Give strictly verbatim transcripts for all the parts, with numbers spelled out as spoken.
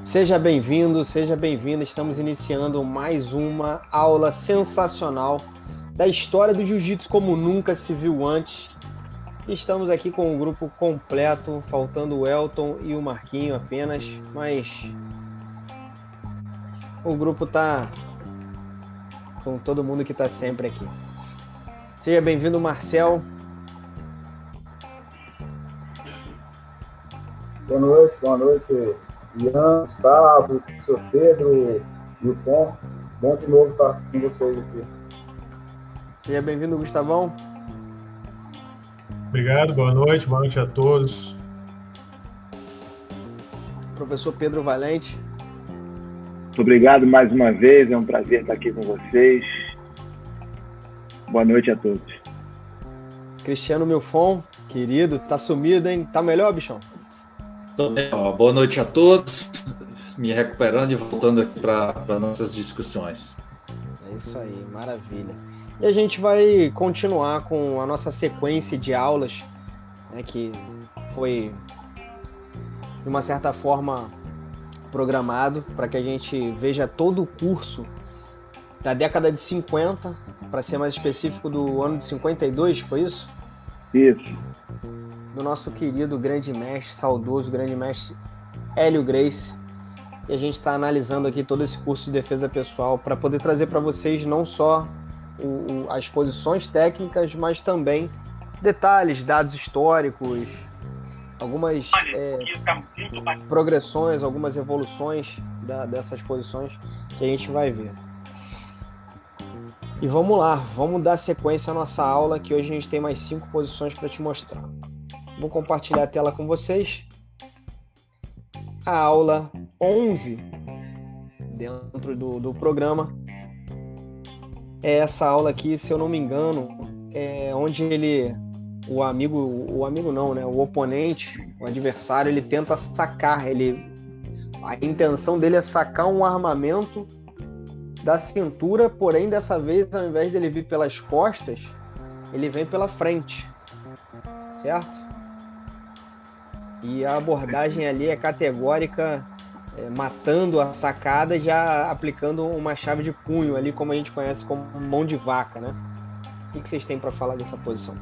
Seja bem-vindo, seja bem-vinda. Estamos iniciando mais uma aula sensacional da história do jiu-jitsu como nunca se viu antes. Estamos aqui com o grupo completo, faltando o Elton e o Marquinho apenas, mas o grupo tá com todo mundo que está sempre aqui. Seja bem-vindo, Marcel. Boa noite, boa noite, Ian, Gustavo, professor Pedro, Wilson. Bom de novo estar com vocês aqui. Seja bem-vindo, Gustavão. Obrigado, boa noite, boa noite a todos. Professor Pedro Valente. Muito obrigado mais uma vez, é um prazer estar aqui com vocês. Boa noite a todos. Cristiano Milfon, querido, tá sumido, hein? Tá melhor, bichão? Tô bem, ó. Boa noite a todos. Me recuperando e voltando aqui para nossas discussões. É isso aí, maravilha. E a gente vai continuar com a nossa sequência de aulas, né, que foi, de uma certa forma, programado para que a gente veja todo o curso da década de cinquenta, para ser mais específico, do ano de cinquenta e dois, foi isso? Isso. Do nosso querido grande mestre, saudoso grande mestre Hélio Gracie. E a gente está analisando aqui todo esse curso de defesa pessoal para poder trazer para vocês não só o, o, as posições técnicas, mas também detalhes, dados históricos, algumas é, progressões, algumas evoluções da, dessas posições que a gente vai ver. E vamos lá, vamos dar sequência à nossa aula, que hoje a gente tem mais cinco posições para te mostrar. Vou compartilhar a tela com vocês. A aula onze, dentro do, do programa, é essa aula aqui, se eu não me engano, é onde ele, o amigo, o amigo não, né, o oponente, o adversário, ele tenta sacar, ele, a intenção dele é sacar um armamento da cintura, porém dessa vez, ao invés dele vir pelas costas, ele vem pela frente, certo? E a abordagem ali é categórica, é, matando a sacada, já aplicando uma chave de punho ali, como a gente conhece como mão de vaca, né? O que vocês têm para falar dessa posição?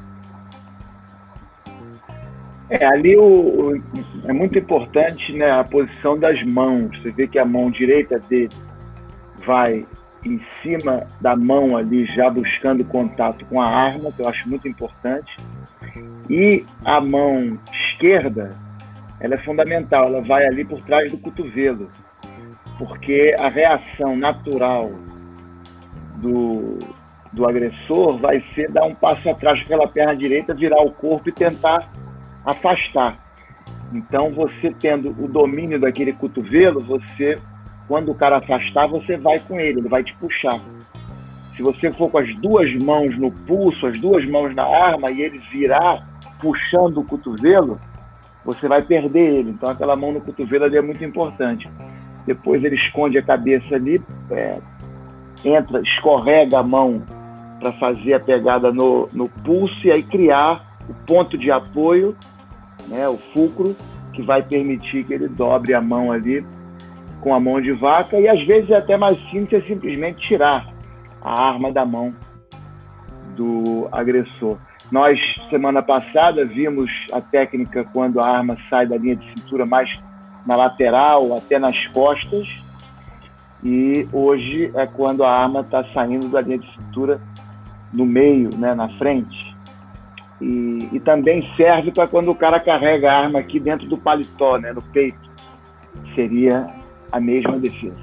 É, ali o, o, é muito importante, né, a posição das mãos. Você vê que a mão direita dele vai em cima da mão ali, já buscando contato com a arma, que eu acho muito importante. E a mão esquerda, ela é fundamental, ela vai ali por trás do cotovelo, porque a reação natural do, do agressor vai ser dar um passo atrás com aquela perna direita, virar o corpo e tentar afastar. Então, você tendo o domínio daquele cotovelo, você, quando o cara afastar, você vai com ele, ele vai te puxar. Se você for com as duas mãos no pulso, as duas mãos na arma, e ele virar puxando o cotovelo, você vai perder ele. Então aquela mão no cotovelo ali é muito importante. Depois ele esconde a cabeça ali, é, entra, escorrega a mão para fazer a pegada no, no pulso e aí criar o ponto de apoio, né, o fulcro, que vai permitir que ele dobre a mão ali com a mão de vaca. E às vezes é até mais simples, é simplesmente tirar a arma da mão do agressor. Nós, semana passada, vimos a técnica quando a arma sai da linha de cintura mais na lateral, até nas costas. E hoje é quando a arma está saindo da linha de cintura no meio, né, na frente. E, e também serve para quando o cara carrega a arma aqui dentro do paletó, né, no peito. Seria a mesma defesa.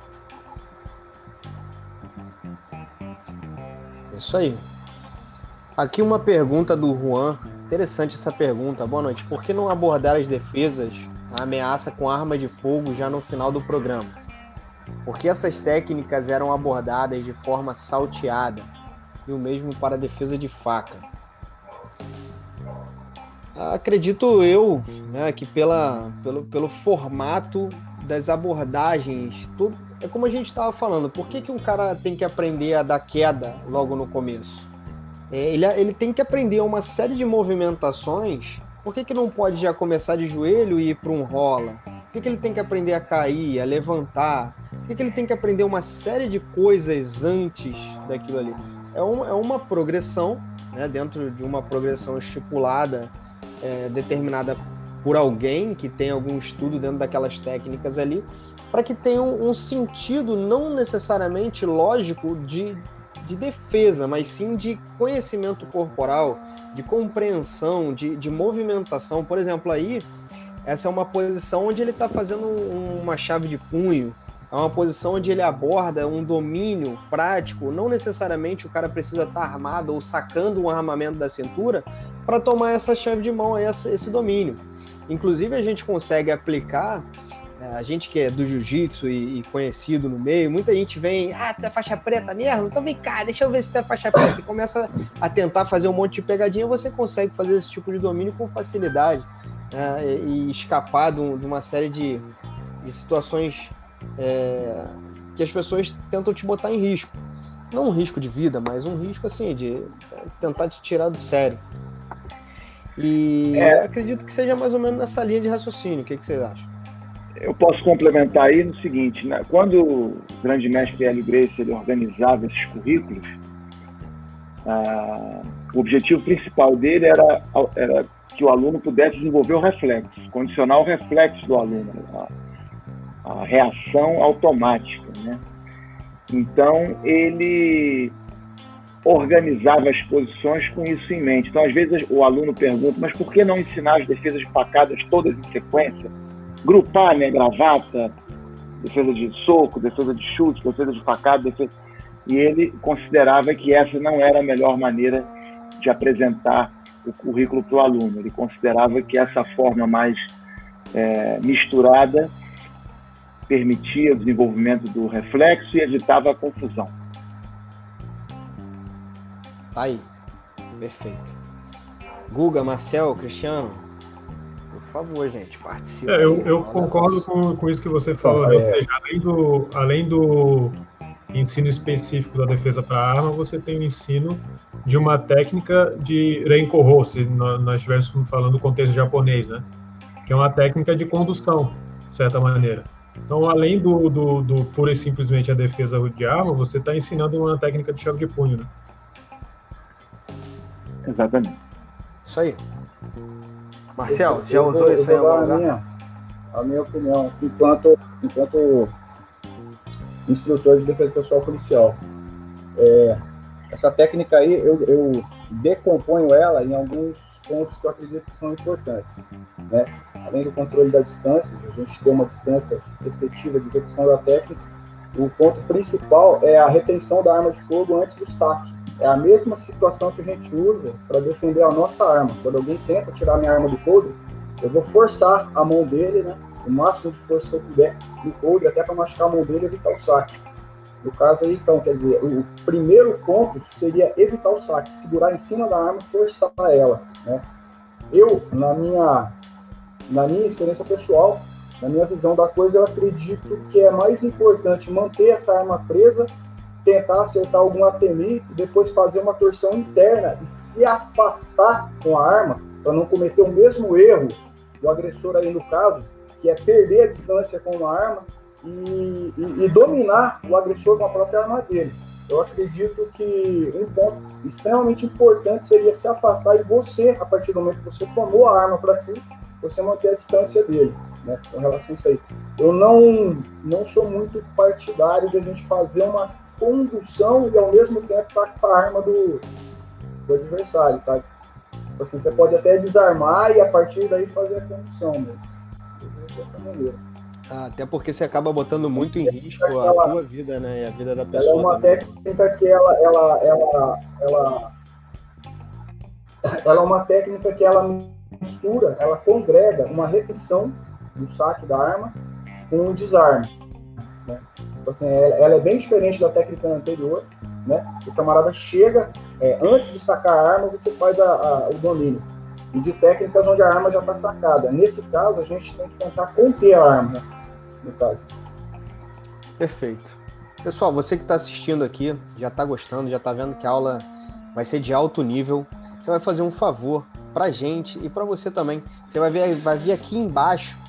Isso aí. Aqui uma pergunta do Juan, interessante essa pergunta, boa noite. Por que não abordar as defesas, a ameaça com arma de fogo já no final do programa? Porque essas técnicas eram abordadas de forma salteada, e o mesmo para a defesa de faca. Acredito eu, né, que pela, pelo, pelo formato das abordagens, tudo, é como a gente estava falando, por que, que um cara tem que aprender a dar queda logo no começo? É, ele, ele tem que aprender uma série de movimentações. Por que, que não pode já começar de joelho e ir para um rola? Por que, que ele tem que aprender a cair, a levantar? Por que, que ele tem que aprender uma série de coisas antes daquilo ali? É uma, é uma progressão, né, dentro de uma progressão estipulada, é, determinada por alguém que tem algum estudo dentro daquelas técnicas ali, para que tenha um, um sentido não necessariamente lógico de, de defesa, mas sim de conhecimento corporal, de compreensão, de, de movimentação. Por exemplo, aí, essa é uma posição onde ele está fazendo um, uma chave de punho, é uma posição onde ele aborda um domínio prático, não necessariamente o cara precisa estar armado ou sacando um armamento da cintura para tomar essa chave de mão, essa, esse domínio. Inclusive, a gente consegue aplicar, a gente que é do jiu-jitsu e, e conhecido no meio, muita gente vem, ah, tu é faixa preta mesmo? Então vem cá, deixa eu ver se tu é faixa preta. E começa a tentar fazer um monte de pegadinha, você consegue fazer esse tipo de domínio com facilidade, né, e, e escapar de, um, de uma série de, de situações é, que as pessoas tentam te botar em risco. Não um risco de vida, mas um risco assim, de tentar te tirar do sério. E é, acredito que seja mais ou menos nessa linha de raciocínio. O que, que vocês acham? Eu posso complementar aí no seguinte, né? Quando o grande mestre Hélio Gracie ele organizava esses currículos, ah, o objetivo principal dele era, era que o aluno pudesse desenvolver o reflexo, condicionar o reflexo do aluno, a, a reação automática, né? Então, ele organizava as posições com isso em mente. Então, às vezes, o aluno pergunta, mas por que não ensinar as defesas de facadas todas em sequência? Grupar, né? Gravata, defesa de soco, defesa de chute, defesa de facada, defesa... E ele considerava que essa não era a melhor maneira de apresentar o currículo para o aluno. Ele considerava que essa forma mais é, misturada permitia o desenvolvimento do reflexo e evitava a confusão. Tá aí. Perfeito. Guga, Marcel, Cristiano, por favor, gente, participe. É, eu, eu concordo com, com isso que você falou, né? Ou seja, além do, além do ensino específico da defesa para arma, você tem o ensino de uma técnica de Renko-ho, se nós estivéssemos falando do contexto japonês, né? Que é uma técnica de condução, de certa maneira. Então, além do, do, do pura e simplesmente a defesa de arma, você está ensinando uma técnica de chave de punho, né? Exatamente. Isso aí. Marcel, já usou isso aí em algum lugar? Minha, a minha opinião, enquanto, enquanto instrutor de defesa pessoal policial. É, essa técnica aí, eu, eu decomponho ela em alguns pontos que eu acredito que são importantes, né? Além do controle da distância, a gente ter uma distância efetiva de execução da técnica, o ponto principal é a retenção da arma de fogo antes do saque. É a mesma situação que a gente usa para defender a nossa arma. Quando alguém tenta tirar minha arma do coldre, eu vou forçar a mão dele, né, o máximo de força que eu puder no coldre, até para machucar a mão dele e evitar o saque. No caso aí, então, quer dizer, o primeiro ponto seria evitar o saque, segurar em cima da arma e forçar ela, né? Eu, na minha, na minha experiência pessoal, na minha visão da coisa, eu acredito que é mais importante manter essa arma presa, tentar acertar algum atemi e depois fazer uma torção interna e se afastar com a arma para não cometer o mesmo erro do agressor aí no caso, que é perder a distância com uma arma e, e, e dominar o agressor com a própria arma dele. Eu acredito que um ponto extremamente importante seria se afastar e você, a partir do momento que você tomou a arma para si, você manter a distância dele, né, com relação a isso aí. Eu não, não sou muito partidário de a gente fazer uma condução e ao mesmo tempo estar com a arma do, do adversário, sabe? Assim, você pode até desarmar e a partir daí fazer a condução, mas dessa maneira. Ah, até porque você acaba botando muito em risco a ela, tua vida, né? E a vida da pessoa. Ela é uma também. técnica que ela, ela, ela, ela, ela é uma técnica que ela mistura, ela congrega uma retenção do saque da arma com um desarme, né? Assim, ela é bem diferente da técnica anterior, né? O camarada chega, é, antes de sacar a arma, você faz a, a, o domínio. E de técnicas onde a arma já está sacada. Nesse caso, a gente tem que tentar conter a arma, né? No caso. Perfeito. Pessoal, você que está assistindo aqui, já está gostando, já está vendo que a aula vai ser de alto nível, você vai fazer um favor para a gente e para você também. Você vai ver, vai vir aqui embaixo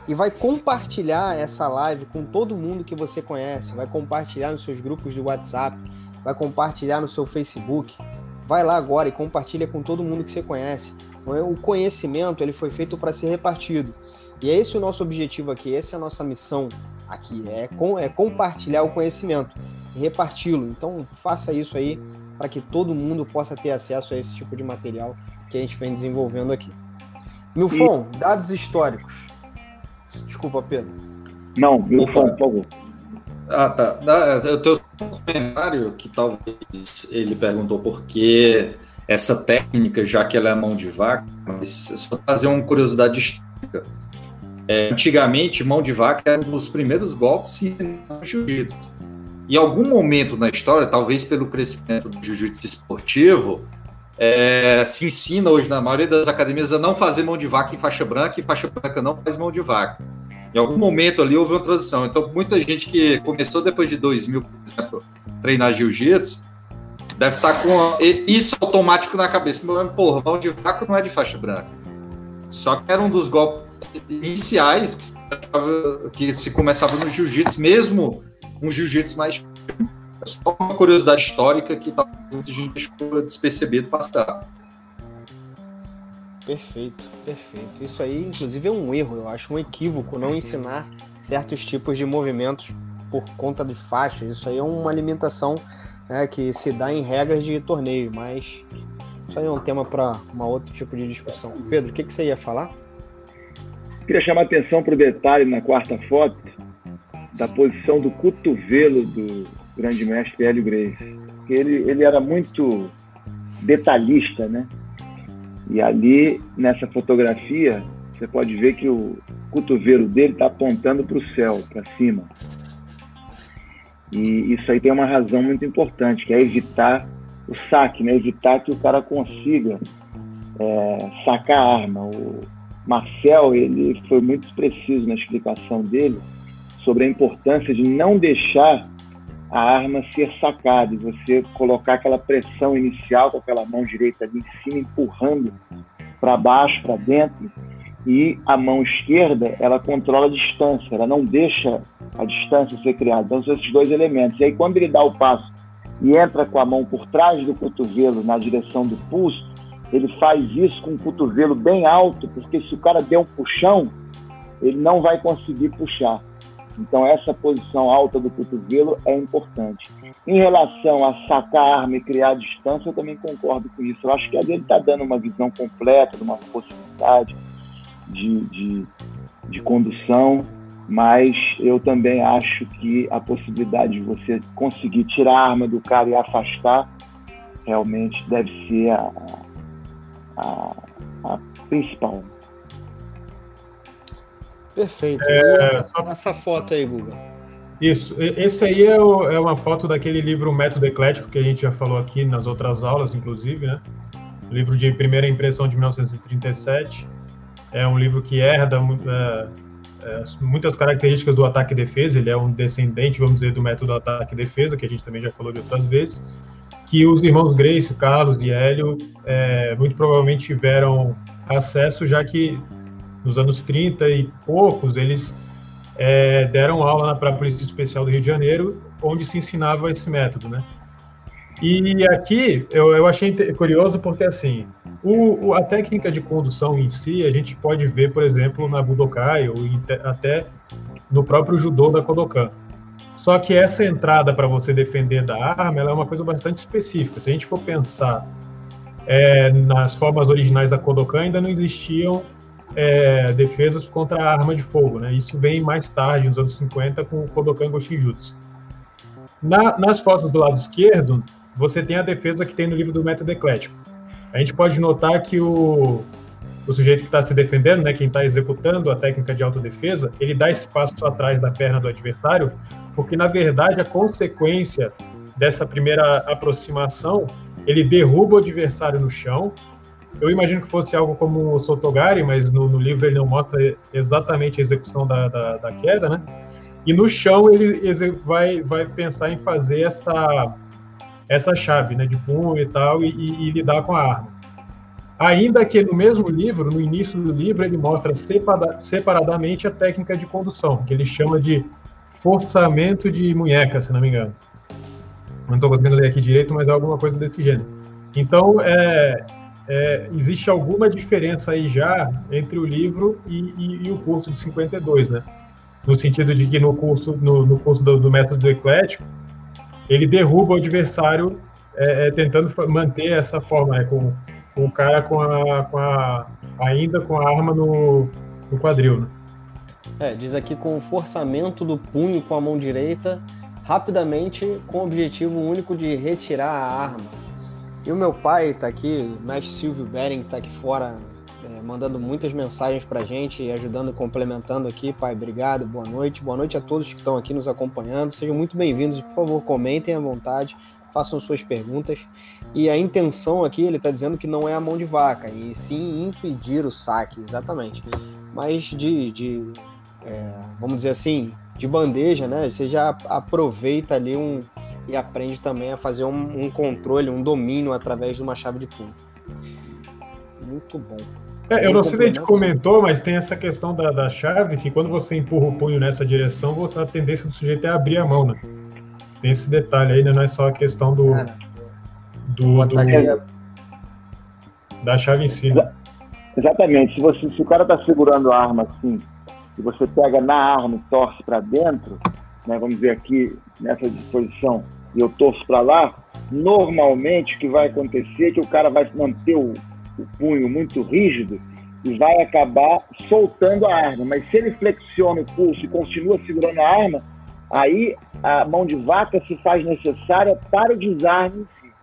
e vai compartilhar essa live com todo mundo que você conhece, vai compartilhar nos seus grupos de WhatsApp, vai compartilhar no seu Facebook. Vai lá agora e compartilha com todo mundo que você conhece. O conhecimento ele foi feito para ser repartido. E é esse o nosso objetivo aqui, essa é a nossa missão aqui, é, com, é compartilhar o conhecimento e reparti-lo. Então faça isso aí para que todo mundo possa ter acesso a esse tipo de material que a gente vem desenvolvendo aqui. Milfon, e... dados históricos. Desculpa, Pedro. Não, Milfon, por favor. Ah, tá. Eu tenho um comentário que talvez ele perguntou por que essa técnica, já que ela é mão de vaca, mas só trazer uma curiosidade histórica. É, antigamente, mão de vaca era um dos primeiros golpes no jiu-jitsu. Em algum momento na história, talvez pelo crescimento do jiu-jitsu esportivo, é, se ensina hoje na maioria das academias a não fazer mão de vaca em faixa branca, e faixa branca não faz mão de vaca. Em algum momento ali houve uma transição. Então, muita gente que começou depois de dois mil, por exemplo, treinar jiu-jitsu, deve estar com isso automático na cabeça. Porra, mão de vaca não é de faixa branca. Só que era um dos golpes iniciais que se, que se começava no jiu-jitsu, mesmo um jiu-jitsu mais... É só uma curiosidade histórica que muita gente deixou despercebido passar. Perfeito, perfeito. Isso aí, inclusive, é um erro, eu acho um equívoco não ensinar certos tipos de movimentos por conta de faixas. Isso aí é uma alimentação, né, que se dá em regras de torneio, mas isso aí é um tema para um outro tipo de discussão. Pedro, o que, que você ia falar? Queria chamar a atenção para o detalhe na quarta foto da posição do cotovelo do grande mestre Hélio Gracie. Ele, ele era muito detalhista, né? E ali, nessa fotografia, você pode ver que o cotovelo dele está apontando para o céu, para cima. E isso aí tem uma razão muito importante, que é evitar o saque, né? Evitar que o cara consiga é, sacar a arma. O Marcel, ele foi muito preciso na explicação dele sobre a importância de não deixar a arma ser sacada e você colocar aquela pressão inicial com aquela mão direita ali em cima, empurrando para baixo, para dentro, e a mão esquerda, ela controla a distância, ela não deixa a distância ser criada. Então são esses dois elementos. E aí quando ele dá o passo e entra com a mão por trás do cotovelo na direção do pulso, ele faz isso com o cotovelo bem alto, porque se o cara der um puxão, ele não vai conseguir puxar. Então essa posição alta do cotovelo é importante. Em relação a sacar a arma e criar distância, eu também concordo com isso. Eu acho que a dele está dando uma visão completa de uma possibilidade de, de, de condução, mas eu também acho que a possibilidade de você conseguir tirar a arma do cara e afastar realmente deve ser a, a, a principal. Perfeito. É, só... Essa foto aí, Guga. Isso. Esse aí é, o, é uma foto daquele livro Método Eclético, que a gente já falou aqui nas outras aulas, inclusive, né? O livro de primeira impressão de mil novecentos e trinta e sete. É um livro que herda é, é, muitas características do ataque e defesa. Ele é um descendente, vamos dizer, do método ataque e defesa, que a gente também já falou de outras vezes, que os irmãos Gracie, Carlos e Hélio, é, muito provavelmente tiveram acesso, já que nos anos trinta e poucos, eles é, deram aula para a Polícia Especial do Rio de Janeiro, onde se ensinava esse método, né? E aqui eu, eu achei curioso porque, assim, o, o, a técnica de condução em si, a gente pode ver, por exemplo, na Budokai ou até no próprio Judô da Kodokan. Só que essa entrada para você defender da arma, ela é uma coisa bastante específica. Se a gente for pensar é, nas formas originais da Kodokan, ainda não existiam É, defesas contra a arma de fogo, né? Isso vem mais tarde, nos anos cinquenta, com o Kodokan Goshinjutsu. Na, nas fotos do lado esquerdo, você tem a defesa que tem no livro do Método Eclético. A gente pode notar que o, o sujeito que está se defendendo, né, quem está executando a técnica de autodefesa, ele dá esse passo atrás da perna do adversário, porque, na verdade, a consequência dessa primeira aproximação, ele derruba o adversário no chão. Eu imagino que fosse algo como o Sotogari, mas no, no livro ele não mostra exatamente a execução da, da, da queda, né? E no chão ele vai, vai pensar em fazer essa, essa chave, né, de punho e tal, e, e, e lidar com a arma. Ainda que no mesmo livro, no início do livro, ele mostra separa, separadamente a técnica de condução, que ele chama de forçamento de munheca, se não me engano. Não estou conseguindo ler aqui direito, mas é alguma coisa desse gênero. Então, é, é, existe alguma diferença aí já entre o livro e, e, e o curso de cinquenta e dois, né? No sentido de que no curso, no, no curso do, do método eclético, ele derruba o adversário é, é, tentando manter essa forma, né, com, com o cara com a, com a, ainda com a arma no, no quadril. Né? É, diz aqui com o forçamento do punho com a mão direita, rapidamente, com o objetivo único de retirar a arma. E o meu pai está aqui, o mestre Silvio Bering está aqui fora, é, mandando muitas mensagens para a gente e ajudando, complementando aqui. Pai, obrigado, boa noite. Boa noite a todos que estão aqui nos acompanhando. Sejam muito bem-vindos. Por favor, comentem à vontade, façam suas perguntas. E a intenção aqui, ele está dizendo que não é a mão de vaca, e sim impedir o saque, exatamente. Mas de, de é, vamos dizer assim, de bandeja, né? Você já aproveita ali um... e aprende também a fazer um, um controle, um domínio através de uma chave de punho. Muito bom. É, eu não sei se a gente comentou, mas tem essa questão da, da chave, que quando você empurra o punho nessa direção, você, a tendência do sujeito é abrir a mão, né? Tem esse detalhe aí, né? Não é só a questão do, é. do, do da chave em si. Né? Exatamente. Se, você, se o cara tá segurando a arma assim, e você pega na arma e torce para dentro, né, vamos ver aqui nessa disposição, e eu torço para lá, normalmente o que vai acontecer é que o cara vai manter o, o punho muito rígido e vai acabar soltando a arma. Mas se ele flexiona o pulso e continua segurando a arma, aí a mão de vaca se faz necessária para o desarme em si.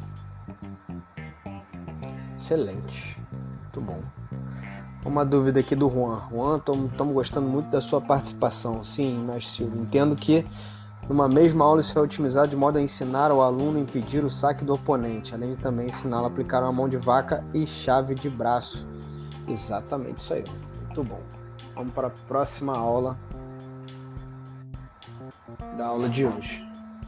Excelente. Muito bom. Uma dúvida aqui do Juan. Juan, estamos gostando muito da sua participação. Sim, mestre Silvio. Entendo que numa mesma aula isso é otimizado de modo a ensinar ao aluno a impedir o saque do oponente, além de também ensiná-lo a aplicar uma mão de vaca e chave de braço. Exatamente isso aí. Muito bom. Vamos para a próxima aula da aula de hoje.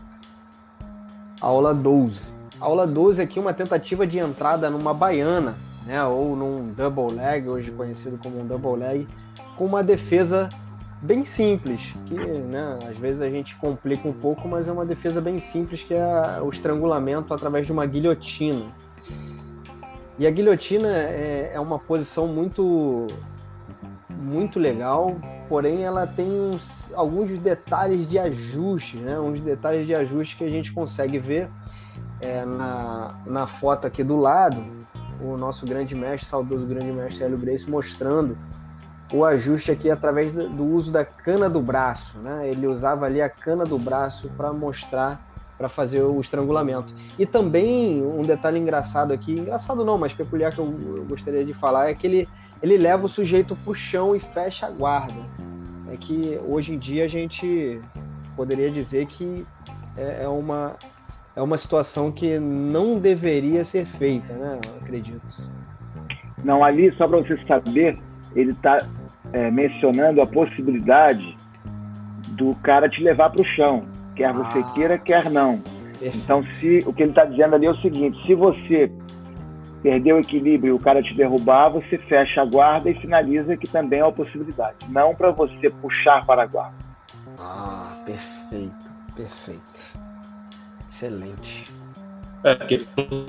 Aula doze. Aula doze aqui é uma tentativa de entrada numa baiana, né, ou num double leg, hoje conhecido como um double leg, com uma defesa bem simples, que, né, às vezes a gente complica um pouco, mas é uma defesa bem simples, que é o estrangulamento através de uma guilhotina. E a guilhotina é, é uma posição muito, muito legal, porém ela tem uns, alguns detalhes de ajuste, né, uns detalhes de ajuste que a gente consegue ver é, na, na foto aqui do lado, o nosso grande mestre, saudoso grande mestre Hélio Gracie, mostrando o ajuste aqui através do, do uso da cana do braço, né? Ele usava ali a cana do braço para mostrar, para fazer o estrangulamento. E também um detalhe engraçado aqui, engraçado não, mas peculiar, que eu, eu gostaria de falar, é que ele, ele leva o sujeito para o chão e fecha a guarda. É que hoje em dia a gente poderia dizer que é, é uma... é uma situação que não deveria ser feita, né? Eu acredito. Não, ali, só para você saber, ele está é, mencionando a possibilidade do cara te levar para o chão, quer você ah, queira, quer não. Perfeito. Então, se, o que ele está dizendo ali é o seguinte: se você perder o equilíbrio e o cara te derrubar, você fecha a guarda e finaliza, que também é uma possibilidade. Não para você puxar para a guarda. Ah, perfeito, perfeito. Excelente. É, porque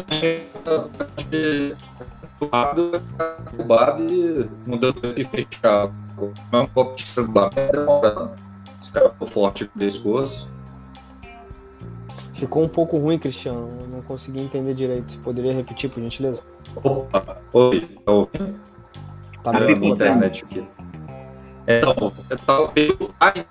roubado e mudando de fechar. Não é um pouco de estrangulamento, os caras ficam fortes com o pescoço. Ficou um pouco ruim, Cristiano. Eu não consegui entender direito. Você poderia repetir, por gentileza? Opa, oi, tá ouvindo? Tá é, bem, na internet aqui. Então, talvez o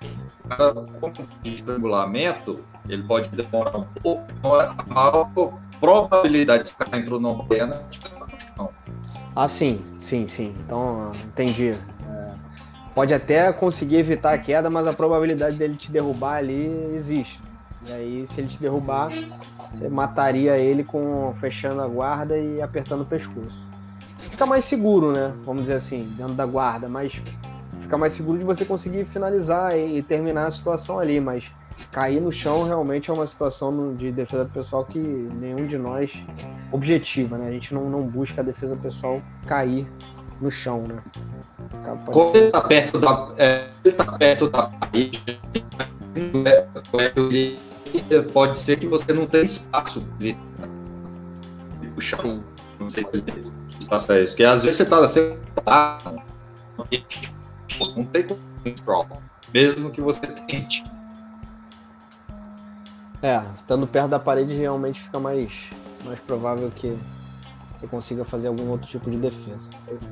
estrangulamento, ele pode demorar um pouco, a maior probabilidade de ficar entrou na perna. Ah, sim, sim, sim. Então, entendi. É, pode até conseguir evitar a queda, mas a probabilidade dele te derrubar ali existe. E aí, se ele te derrubar, você mataria ele com fechando a guarda e apertando o pescoço. Fica mais seguro, né? Vamos dizer assim, dentro da guarda, mas fica mais seguro de você conseguir finalizar e terminar a situação ali, mas cair no chão realmente é uma situação de defesa pessoal que nenhum de nós objetiva, né? A gente não, não busca a defesa pessoal cair no chão, né? Quando ele está perto da, é, ele tá perto da parede, pode ser que você não tenha espaço de puxar. Sim. Não sei se passa isso, porque às vezes você está sentado, não tem control, mesmo que você tente. É, estando perto da parede realmente fica mais, mais provável que você consiga fazer algum outro tipo de defesa.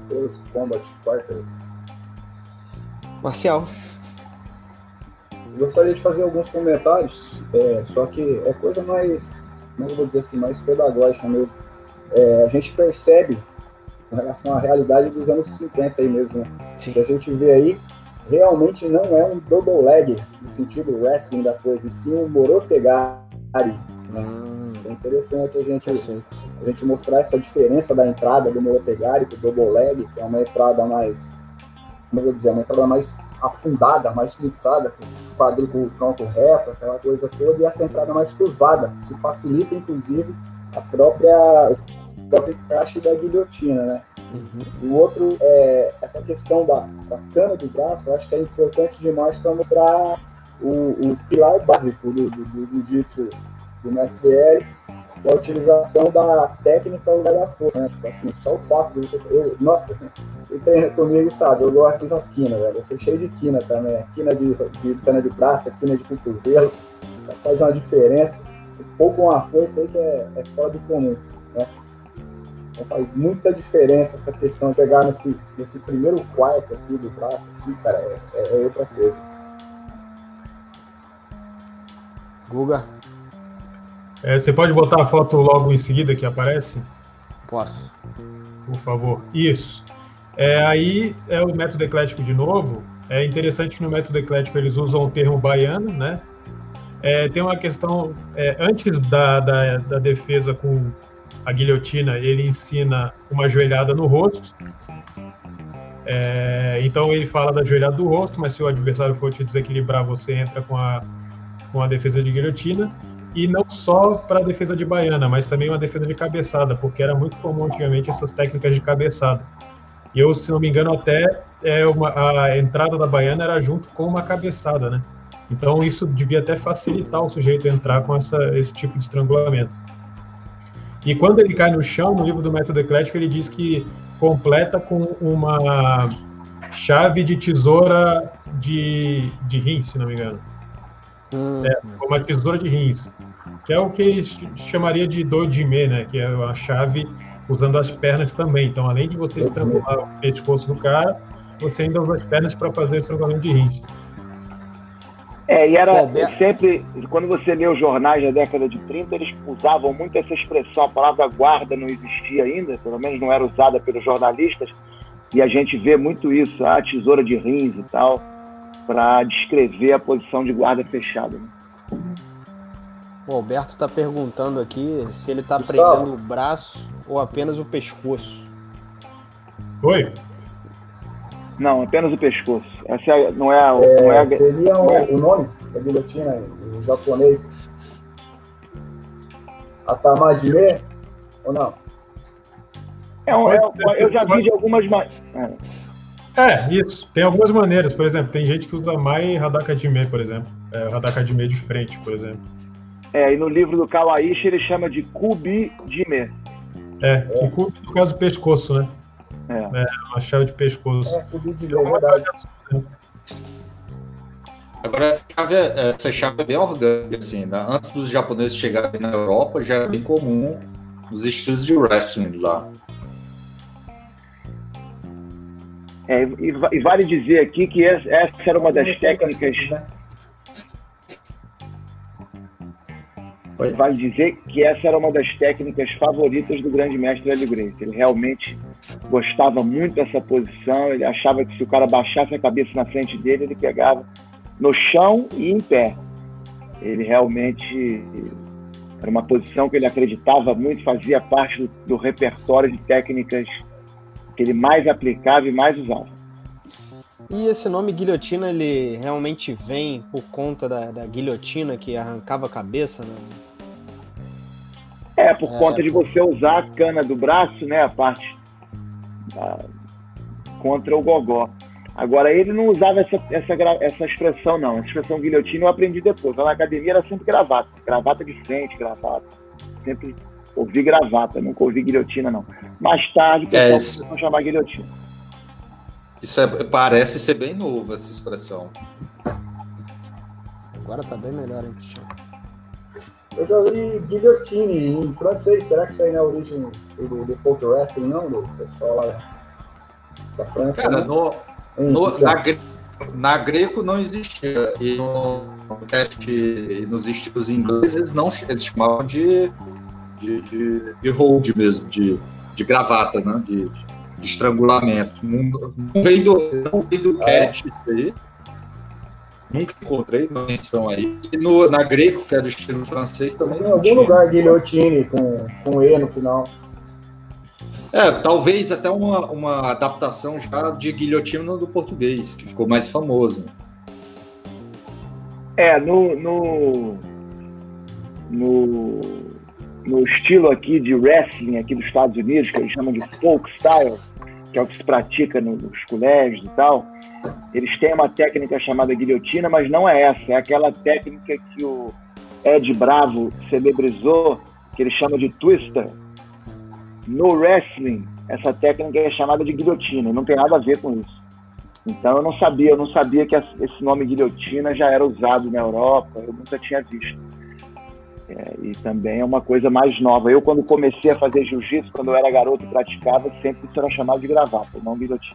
Marcial. Eu gostaria de fazer alguns comentários, é, só que é coisa mais, como eu vou dizer assim, mais pedagógica mesmo. É, a gente percebe, com relação à realidade dos anos cinquenta aí mesmo, né? Sim. Que a gente vê aí, realmente não é um double leg, no sentido wrestling da coisa, e sim um morotegari. Né? Hum, É interessante a gente, perfeito. a gente mostrar essa diferença da entrada do morotegari para o double leg, que é uma entrada mais, como eu vou dizer, uma entrada mais afundada, mais pinçada, com o quadril com o tronco reto, aquela coisa toda, e essa entrada mais curvada, que facilita, inclusive, a própria, o próprio encaixe da guilhotina, né? Uhum. O outro, é, essa questão da, da cana do braço, eu acho que é importante demais para mostrar o, o pilar básico do, do, do, do jiu-jitsu do mestre Eric, que é a utilização da técnica ao lugar da força, né? Tipo assim, só o fato de você... Eu, nossa, quem treina comigo sabe, eu gosto dessas quinas, velho. Eu sou cheio de quina também, quina de, de cana de braço, quina de cotovelo, isso faz uma diferença. Um pouco uma força aí que é, é fora do comum, né? Então faz muita diferença essa questão de pegar nesse, nesse primeiro quarto aqui do braço, aqui, cara, é, é, é outra coisa. Guga, É, você pode botar a foto logo em seguida que aparece? posso. Por favor. Isso. É, aí é o método eclético de novo. É interessante que no método eclético eles usam o termo baiano, né? É, tem uma questão, é, antes da, da, da defesa com a guilhotina, ele ensina uma joelhada no rosto. É, então ele fala da joelhada do rosto, mas se o adversário for te desequilibrar, você entra com a, com a defesa de guilhotina. E não só para a defesa de baiana, mas também uma defesa de cabeçada, porque era muito comum antigamente essas técnicas de cabeçada. E eu, se não me engano, até é uma, a entrada da baiana era junto com uma cabeçada, né? Então isso devia até facilitar o sujeito a entrar com essa, esse tipo de estrangulamento. E quando ele cai no chão, no livro do método eclético, ele diz que completa com uma chave de tesoura de, de rins, se não me engano. Hum, É, uma tesoura de rins, que é o que eles chamaria de dojime, né? Que é a chave usando as pernas também. Então, além de você estrangular o pescoço do cara, você ainda usa as pernas para fazer o estrangulamento de rins. É, e era Roberto. sempre, quando você lê os jornais da década de trinta, eles usavam muito essa expressão, a palavra guarda não existia ainda, pelo menos não era usada pelos jornalistas, e a gente vê muito isso, a tesoura de rins e tal, para descrever a posição de guarda fechada. Né? O Alberto está perguntando aqui se ele está Gustavo. prendendo o braço ou apenas o pescoço. Oi? Não, apenas o pescoço. Essa é- não é, a- não é É, a- seria o, o nome da guilhotina em japonês Atamajime ou não? é um- é um- Pode ser, eu já vi pode- de algumas ma- é. É, isso. Tem algumas maneiras. Por exemplo, tem gente que usa Mai Hadakajime, por exemplo. É, o Hadakajime de frente, por exemplo. É, e no livro do Kawaishi ele chama de Kubi-jime. É, que cuida no caso do pescoço, né? É. É, uma chave de pescoço. É, cubi de verdade. Agora, essa chave, é, essa chave é bem orgânica, assim, né? Antes dos japoneses chegarem na Europa, já era bem comum os estilos de wrestling lá. É, e, va- e vale dizer aqui que essa, essa era uma das técnicas. Né? Vale dizer que essa era uma das técnicas favoritas do grande mestre Hélio Gracie. Ele realmente gostava muito dessa posição. Ele achava que se o cara baixasse a cabeça na frente dele, ele pegava no chão e em pé. Ele realmente era uma posição que ele acreditava muito, fazia parte do, do repertório de técnicas que ele mais aplicava e mais usava. E esse nome guilhotina, ele realmente vem por conta da, da guilhotina que arrancava a cabeça, né? É, por É, conta de por- você usar a cana do braço, né, a parte da- contra o gogó. Agora, ele não usava essa, essa, gra- essa expressão, não. Essa expressão guilhotina eu aprendi depois. Lá na academia era sempre gravata. Gravata de frente, gravata. Sempre ouvi gravata, nunca ouvi guilhotina, não. Mais tarde, o pessoal É, isso. começou a chamar guilhotina. Isso é- parece ser bem novo, essa expressão. Agora tá bem melhor, hein, Cristiano? Eu já ouvi guillotine em francês. Será que isso aí não é a origem do, do folk wrestling, não? Do pessoal lá da França? Cara, né? no, Hein, no- Cristiano? na, gre- na greco não existia. E no, no cat, e nos estilos ingleses, eles não eles chamavam de, de, de, de hold mesmo, de, de gravata, né? De, de estrangulamento. Não, não vem do, não vem do Ah, é? cat isso aí. Nunca encontrei uma menção aí. E no, na greco, que era o estilo francês, também Em não algum tinha. lugar guilhotine com, com E no final. É, talvez até uma, uma adaptação já de guilhotina do português, que ficou mais famoso. É, no, no, no, no estilo aqui de wrestling aqui dos Estados Unidos, que eles chamam de folk style, que é o que se pratica no- nos colégios e tal, eles têm uma técnica chamada guilhotina, mas não é essa, é aquela técnica que o Ed Bravo celebrizou, que ele chama de twister. No wrestling, essa técnica é chamada de guilhotina, não tem nada a ver com isso. Então eu não sabia, eu não sabia que esse nome guilhotina já era usado na Europa, eu nunca tinha visto. É, e também é uma coisa mais nova. Eu, quando comecei a fazer jiu-jitsu, quando eu era garoto e praticava, sempre isso era chamado de gravata, não guilhotina.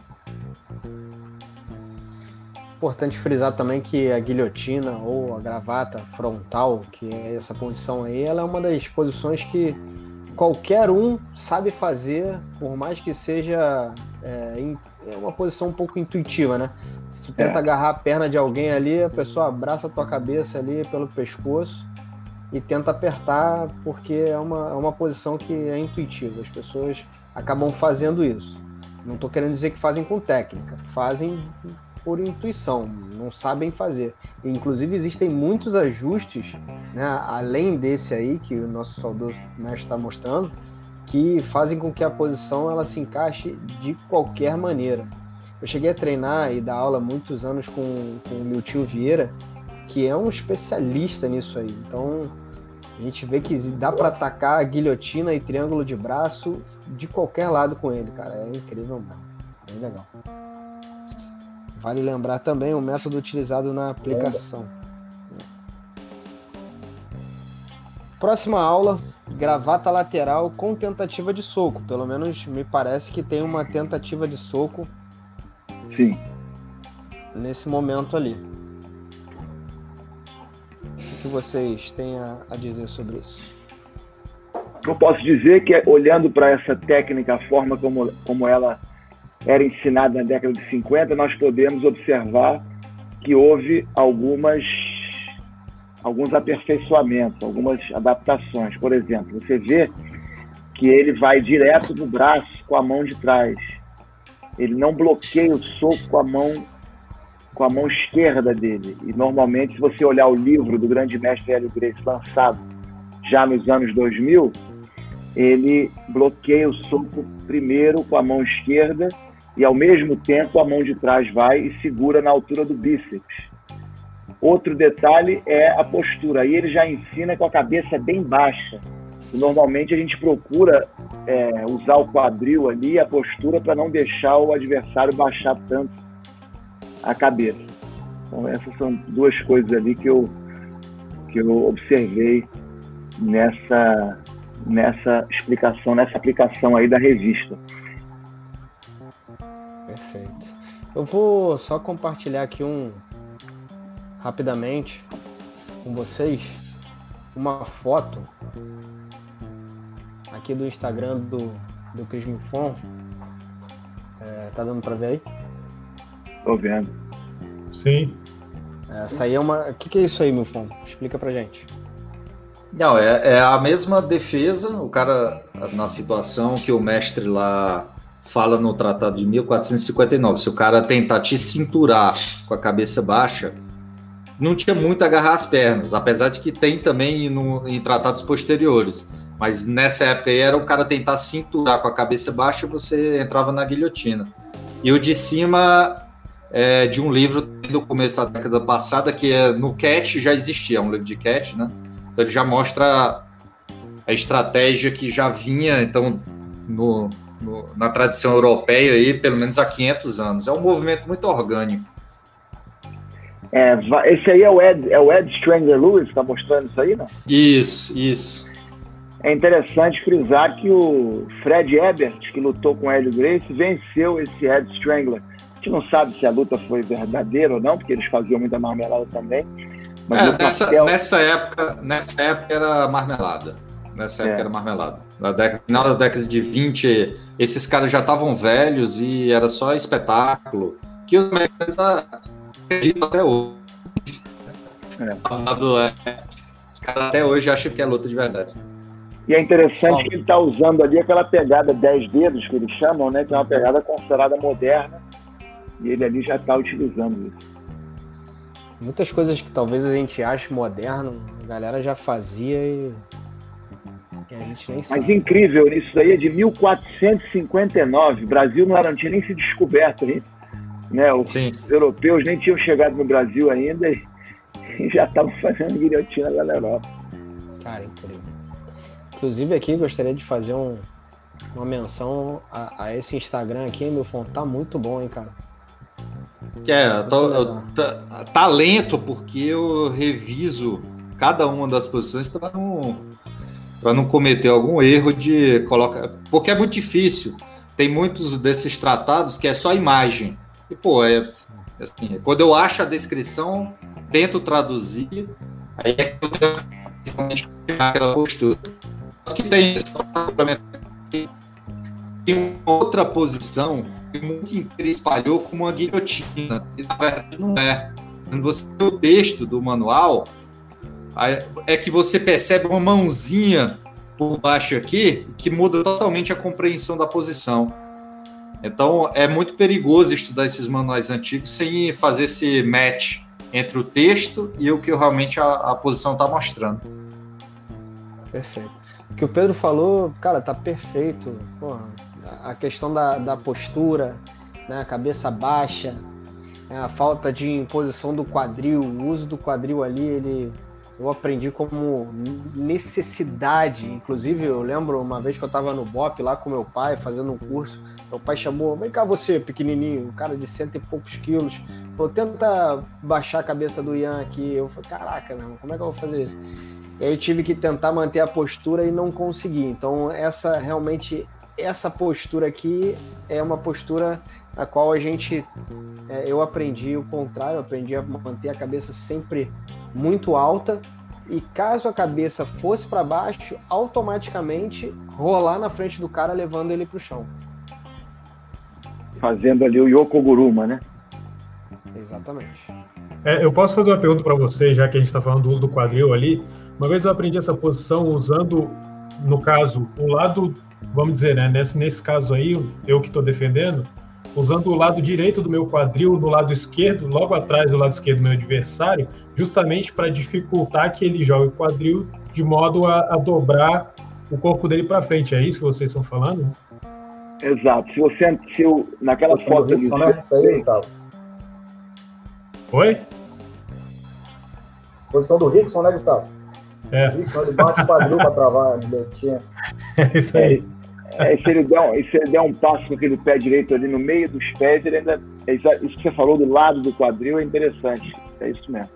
Importante frisar também que a guilhotina ou a gravata frontal, que é essa posição aí, ela é uma das posições que qualquer um sabe fazer, por mais que seja é, in- é uma posição um pouco intuitiva, né? Se tu tenta É. agarrar a perna de alguém ali, a pessoa abraça a tua cabeça ali pelo pescoço e tenta apertar, porque é uma, é uma posição que é intuitiva. As pessoas acabam fazendo isso. Não estou querendo dizer que fazem com técnica, fazem por intuição, não sabem fazer. E, inclusive, existem muitos ajustes, né, além desse aí, que o nosso saudoso mestre está mostrando, que fazem com que a posição ela se encaixe de qualquer maneira. Eu cheguei a treinar e dar aula há muitos anos com, com o Miltinho Vieira, que é um especialista nisso aí. Então, a gente vê que dá para atacar guilhotina e triângulo de braço de qualquer lado com ele, cara. É incrível mesmo. Bem legal. Vale lembrar também o método utilizado na aplicação. Próxima aula, gravata lateral com tentativa de soco. Pelo menos me parece que tem uma tentativa de soco Sim. nesse momento ali. O que vocês têm a, a dizer sobre isso? Eu posso dizer que, olhando para essa técnica, a forma como, como ela era ensinada na década de cinquenta, nós podemos observar que houve algumas, alguns aperfeiçoamentos, algumas adaptações. Por exemplo, você vê que ele vai direto no braço com a mão de trás. Ele não bloqueia o soco com a mão, com a mão esquerda dele. E, normalmente, se você olhar o livro do grande mestre Hélio Gracie, lançado já nos anos dois mil, ele bloqueia o soco primeiro com a mão esquerda e, ao mesmo tempo, a mão de trás vai e segura na altura do bíceps. Outro detalhe é a postura. Aí ele já ensina com a cabeça bem baixa. E, normalmente, a gente procura é, usar o quadril ali, a postura, para não deixar o adversário baixar tanto a cabeça. Então, essas são duas coisas ali que eu, que eu observei nessa, nessa explicação, nessa aplicação aí da revista. Perfeito. Eu vou só compartilhar aqui um rapidamente com vocês uma foto aqui do Instagram do, do Cris Mifon. É, tá dando para ver aí? Tô vendo. Sim. Essa aí é uma. O que, que é isso aí, Mifon? Explica pra gente. Não, é, é a mesma defesa, o cara, na situação que o mestre lá fala no Tratado de mil quatrocentos e cinquenta e nove, se o cara tentar te cinturar com a cabeça baixa, não tinha muito agarrar as pernas, apesar de que tem também no, em tratados posteriores. Mas nessa época aí era o cara tentar cinturar com a cabeça baixa e você entrava na guilhotina. E o de cima é de um livro do começo da década passada, que é no Cat já existia, é um livro de Cat, né? Então ele já mostra a estratégia que já vinha, então, no, no, na tradição europeia aí, pelo menos há quinhentos anos. É um movimento muito orgânico. É, esse aí é o Ed, é o Ed Strangler Lewis que está mostrando isso aí, não? Isso, isso. É interessante frisar que o Fred Ebert, que lutou com o Hélio Gracie, venceu esse Ed Strangler. A gente não sabe se a luta foi verdadeira ou não, porque eles faziam muita marmelada também. Mas é, nessa, papel... nessa, época, nessa época era marmelada. Nessa época é. era marmelada. Na década, final da década de vinte, esses caras já estavam velhos e era só espetáculo. Que os americanos acreditam até hoje. É. Os caras até hoje acham que é luta de verdade. E é interessante que ele está usando ali aquela pegada dez dedos, que eles chamam, né? Que é uma pegada considerada moderna. E ele ali já está utilizando isso. Muitas coisas que talvez a gente ache moderno, a galera já fazia e, e a gente nem sabe. Mas incrível, isso daí é de mil quatrocentos e cinquenta e nove. O Brasil não, era, não tinha nem se descoberto aí. Né? Os Sim. europeus nem tinham chegado no Brasil ainda e, e já estavam fazendo guilhotina lá na Europa. Cara, incrível. Inclusive aqui gostaria de fazer um, uma menção a, a esse Instagram aqui, meu fone tá muito bom, hein, cara. É, tô, eu, talento, porque eu reviso cada uma das posições para não, para não cometer algum erro de colocar, porque é muito difícil. Tem muitos desses tratados que é só imagem. E, pô, é, assim, quando eu acho a descrição, tento traduzir, aí é que eu tenho aquela postura. Que tem, tem outra posição que muito inteiro espalhou como uma guilhotina, e na verdade não é. Quando você vê o texto do manual, é que você percebe uma mãozinha por baixo aqui que muda totalmente a compreensão da posição. Então é muito perigoso estudar esses manuais antigos sem fazer esse match entre o texto e o que realmente a, a posição está mostrando. Perfeito. O que o Pedro falou, cara, tá perfeito. Porra, a questão da, da postura, né, a cabeça baixa, a falta de imposição do quadril, o uso do quadril ali, ele, eu aprendi como necessidade. Inclusive, eu lembro uma vez que eu tava no B O P lá com meu pai, fazendo um curso, meu pai chamou, vem cá você, pequenininho, um cara de cento e poucos quilos, falou, tenta baixar a cabeça do Ian aqui. Eu falei, caraca, meu irmão, como é que eu vou fazer isso? E aí eu tive que tentar manter a postura e não consegui. Então, essa realmente, essa postura aqui é uma postura na qual a gente, é, eu aprendi o contrário, eu aprendi a manter a cabeça sempre muito alta e caso a cabeça fosse para baixo, automaticamente rolar na frente do cara, levando ele para o chão. Fazendo ali o Yokoguruma, né? Exatamente. É, eu posso fazer uma pergunta para você, já que a gente está falando do uso do quadril ali. Uma vez eu aprendi essa posição usando, no caso, o lado, vamos dizer, né, nesse, nesse caso aí, eu que estou defendendo, usando o lado direito do meu quadril no lado esquerdo, logo atrás do lado esquerdo do meu adversário, justamente para dificultar que ele jogue o quadril de modo a, a dobrar o corpo dele para frente. É isso que vocês estão falando? Exato. Se você, se eu, naquela Você foto ali... Aí, Oi? Posição do Rickson, né, Gustavo? É. O Rickson, ele bate o quadril para travar a guilhotina. É isso aí. É, se, ele der um, se ele der um passo com aquele pé direito ali no meio dos pés, ele ainda... É isso, isso que você falou do lado do quadril é interessante. É isso mesmo.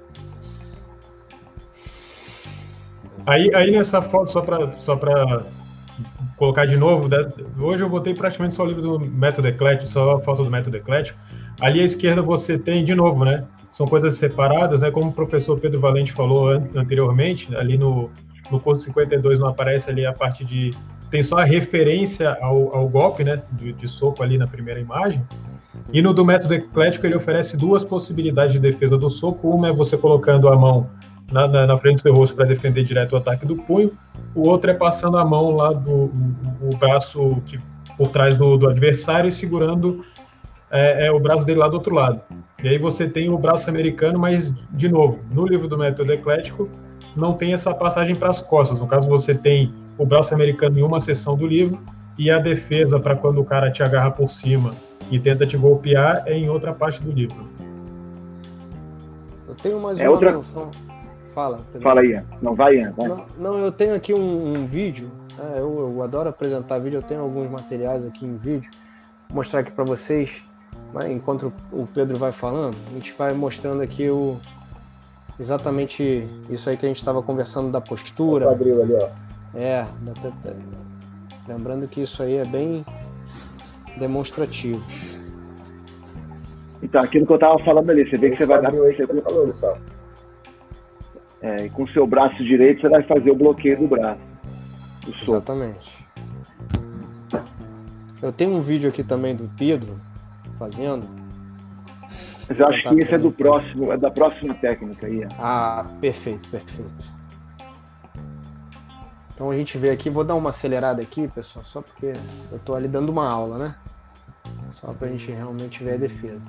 Aí, aí nessa foto, só para só para colocar de novo, né? Hoje eu botei praticamente só o livro do método eclético, só a foto do método eclético. Ali à esquerda você tem, de novo, né? São coisas separadas, né? Como o professor Pedro Valente falou an- anteriormente, ali no, no curso cinquenta e dois não aparece ali a parte de... Tem só a referência ao, ao golpe, né? De, de soco ali na primeira imagem. E no do método eclético ele oferece duas possibilidades de defesa do soco. Uma é você colocando a mão na, na, na frente do seu rosto para defender direto o ataque do punho. O outro é passando a mão lá do o, o braço que por trás do, do adversário e segurando é, é, o braço dele lá do outro lado. E aí você tem o braço americano, mas, de novo, no livro do método eclético, não tem essa passagem para as costas. No caso, você tem o braço americano em uma seção do livro e a defesa para quando o cara te agarra por cima e tenta te golpear é em outra parte do livro. Eu tenho mais é uma outra... menção. Fala, Pedro. Fala aí, Ian. Não, vai, Ian. Vai. Não, não, eu tenho aqui um, um vídeo. É, eu, eu adoro apresentar vídeo. Eu tenho alguns materiais aqui em vídeo. Vou mostrar aqui para vocês. Né, enquanto o Pedro vai falando, a gente vai mostrando aqui o exatamente isso aí que a gente estava conversando da postura. O quadril ali, ó. É, lembrando que isso aí é bem demonstrativo. Então, aquilo que eu estava falando ali, você vê que você vai dar. Aí que você falou, Gustavo. É, e com o seu braço direito você vai fazer o bloqueio do braço. Do soco. Exatamente. Eu tenho um vídeo aqui também do Pedro fazendo. Mas eu acho que esse é do próximo, é da próxima técnica aí. Ah, perfeito, perfeito. Então a gente vê aqui, vou dar uma acelerada aqui, pessoal, só porque eu tô ali dando uma aula, né? Só pra gente realmente ver a defesa.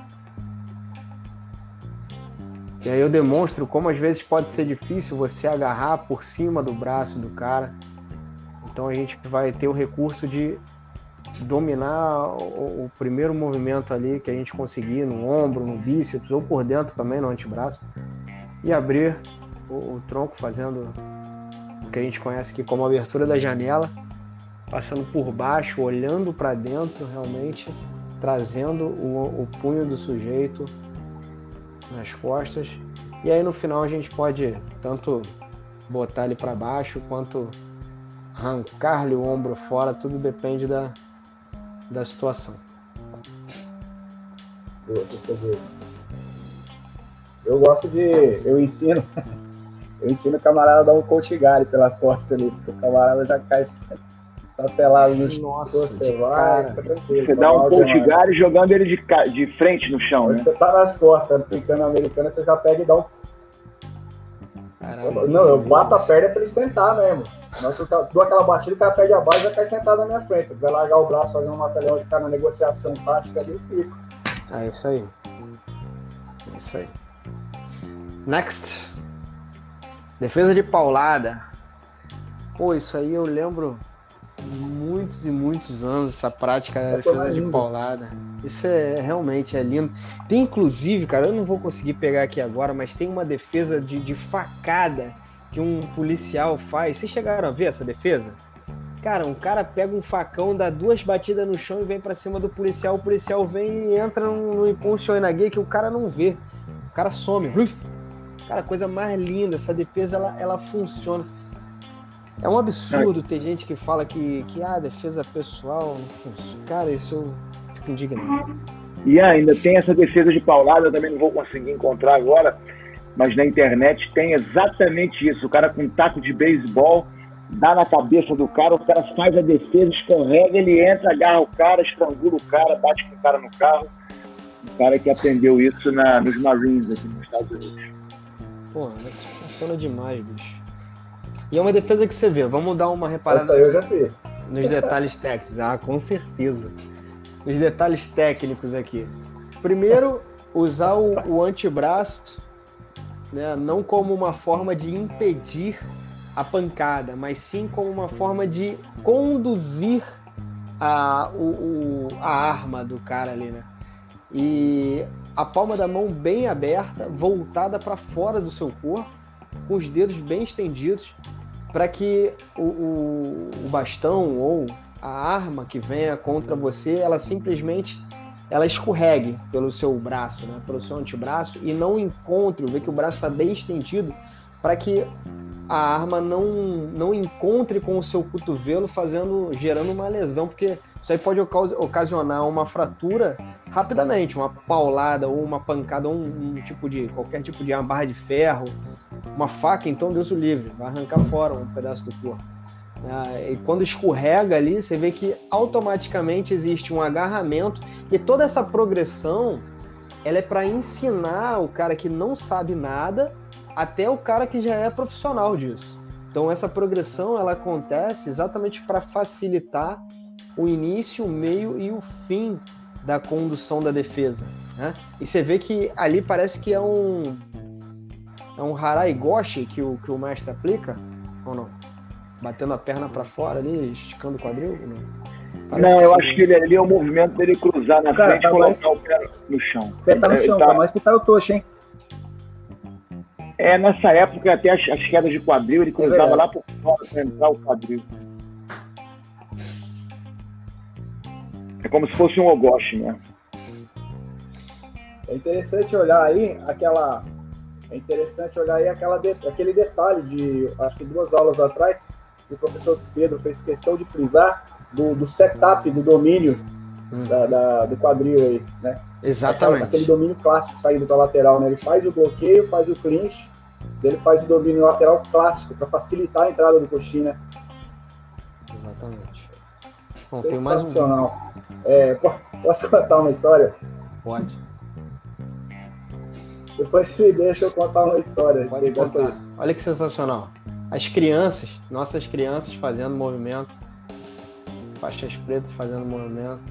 E aí eu demonstro como às vezes pode ser difícil você agarrar por cima do braço do cara. Então a gente vai ter o recurso de dominar o, o primeiro movimento ali que a gente conseguir no ombro, no bíceps ou por dentro também, no antebraço, e abrir o, o tronco fazendo o que a gente conhece aqui como abertura da janela, passando por baixo, olhando para dentro realmente, trazendo o, o punho do sujeito nas costas, e aí no final a gente pode tanto botar ele para baixo quanto arrancar-lhe o ombro fora, tudo depende da, da situação. Eu, eu, eu gosto de... Eu ensino... Eu ensino o camarada a dar um coachigari pelas costas ali, porque o camarada já cai pelado no chão. Nossa, você vai, cara. Você dá um coachigari jogando ele de, de frente no chão, Quando né? você tá nas costas, aplicando a americana, você já pega e dá um... Caramba, não, eu bato a perna pra ele sentar mesmo. Senão, se eu dou aquela batida, o cara pede a base e já cai sentado na minha frente. Se quiser largar o braço, fazer um material de ficar na negociação tática ali, eu fico. É isso aí. É isso aí. Next. Defesa de paulada. Pô, isso aí eu lembro muitos e muitos anos, essa prática da defesa de paulada. Isso é realmente é lindo. Tem inclusive, cara, eu não vou conseguir pegar aqui agora, mas tem uma defesa de, de facada que um policial faz. Vocês chegaram a ver essa defesa? Cara, um cara pega um facão, dá duas batidas no chão e vem pra cima do policial. O policial vem e entra no, no impulso Oinagui que o cara não vê. O cara some. Cara, coisa mais linda. Essa defesa, ela, ela funciona. É um absurdo ter gente que fala que, que ah, defesa pessoal não funciona. Cara, isso eu fico indignado. E ainda tem essa defesa de paulada, eu também não vou conseguir encontrar agora, mas na internet tem exatamente isso. O cara com um taco de beisebol dá na cabeça do cara, o cara faz a defesa, escorrega, ele entra, agarra o cara, estrangula o cara, bate com o cara no carro. O cara que aprendeu isso na, nos Marines aqui nos Estados Unidos. Pô, isso funciona demais, bicho. E é uma defesa que você vê, vamos dar uma reparada eu já fiz. nos detalhes técnicos. Ah, com certeza. Nos detalhes técnicos aqui. Primeiro, usar o, o antebraço, né, não como uma forma de impedir a pancada, mas sim como uma forma de conduzir a, o, o, a arma do cara ali, né? E a palma da mão bem aberta, voltada para fora do seu corpo, com os dedos bem estendidos, para que o, o, o bastão ou a arma que venha contra você, ela simplesmente ela escorregue pelo seu braço, né, pelo seu antebraço, e não encontre, vê que o braço está bem estendido, para que a arma não, não encontre com o seu cotovelo, fazendo, gerando uma lesão, porque isso aí pode ocasionar uma fratura rapidamente, uma paulada ou uma pancada, ou um, um tipo de, qualquer tipo de uma barra de ferro, uma faca, então Deus o livre, vai arrancar fora um pedaço do corpo. E quando escorrega ali, você vê que automaticamente existe um agarramento, e toda essa progressão ela é para ensinar o cara que não sabe nada até o cara que já é profissional disso. Então essa progressão ela acontece exatamente para facilitar o início, o meio e o fim da condução da defesa, né? E você vê que ali parece que é um é um harai goshi que o, que o mestre aplica, ou não? Batendo a perna para fora ali, esticando o quadril? Não, não eu acho que ele ali é o movimento dele cruzar na cara, frente e tá colocar mais... o pé no chão. O pé tá no chão, tá... tá mais que tá o tocho, hein? É, nessa época, até as, as quedas de quadril, ele cruzava é lá por fora para entrar o quadril. É como se fosse um ogoshi, né? É interessante olhar aí aquela... É interessante olhar aí aquela de... aquele detalhe de, acho que duas aulas atrás, que o professor Pedro fez questão de frisar do, do setup, do domínio hum. da, da, do quadril aí, né? Exatamente. Aquele domínio clássico saindo para lateral, né? Ele faz o bloqueio, faz o clinch, ele faz o domínio lateral clássico para facilitar a entrada do coxim, né? Exatamente. Bom, tem mais um... Sensacional. É, posso contar uma história? Pode. Depois me deixa eu contar uma história. Pode contar. Olha que sensacional. As crianças, nossas crianças fazendo movimento, faixas pretas fazendo movimento.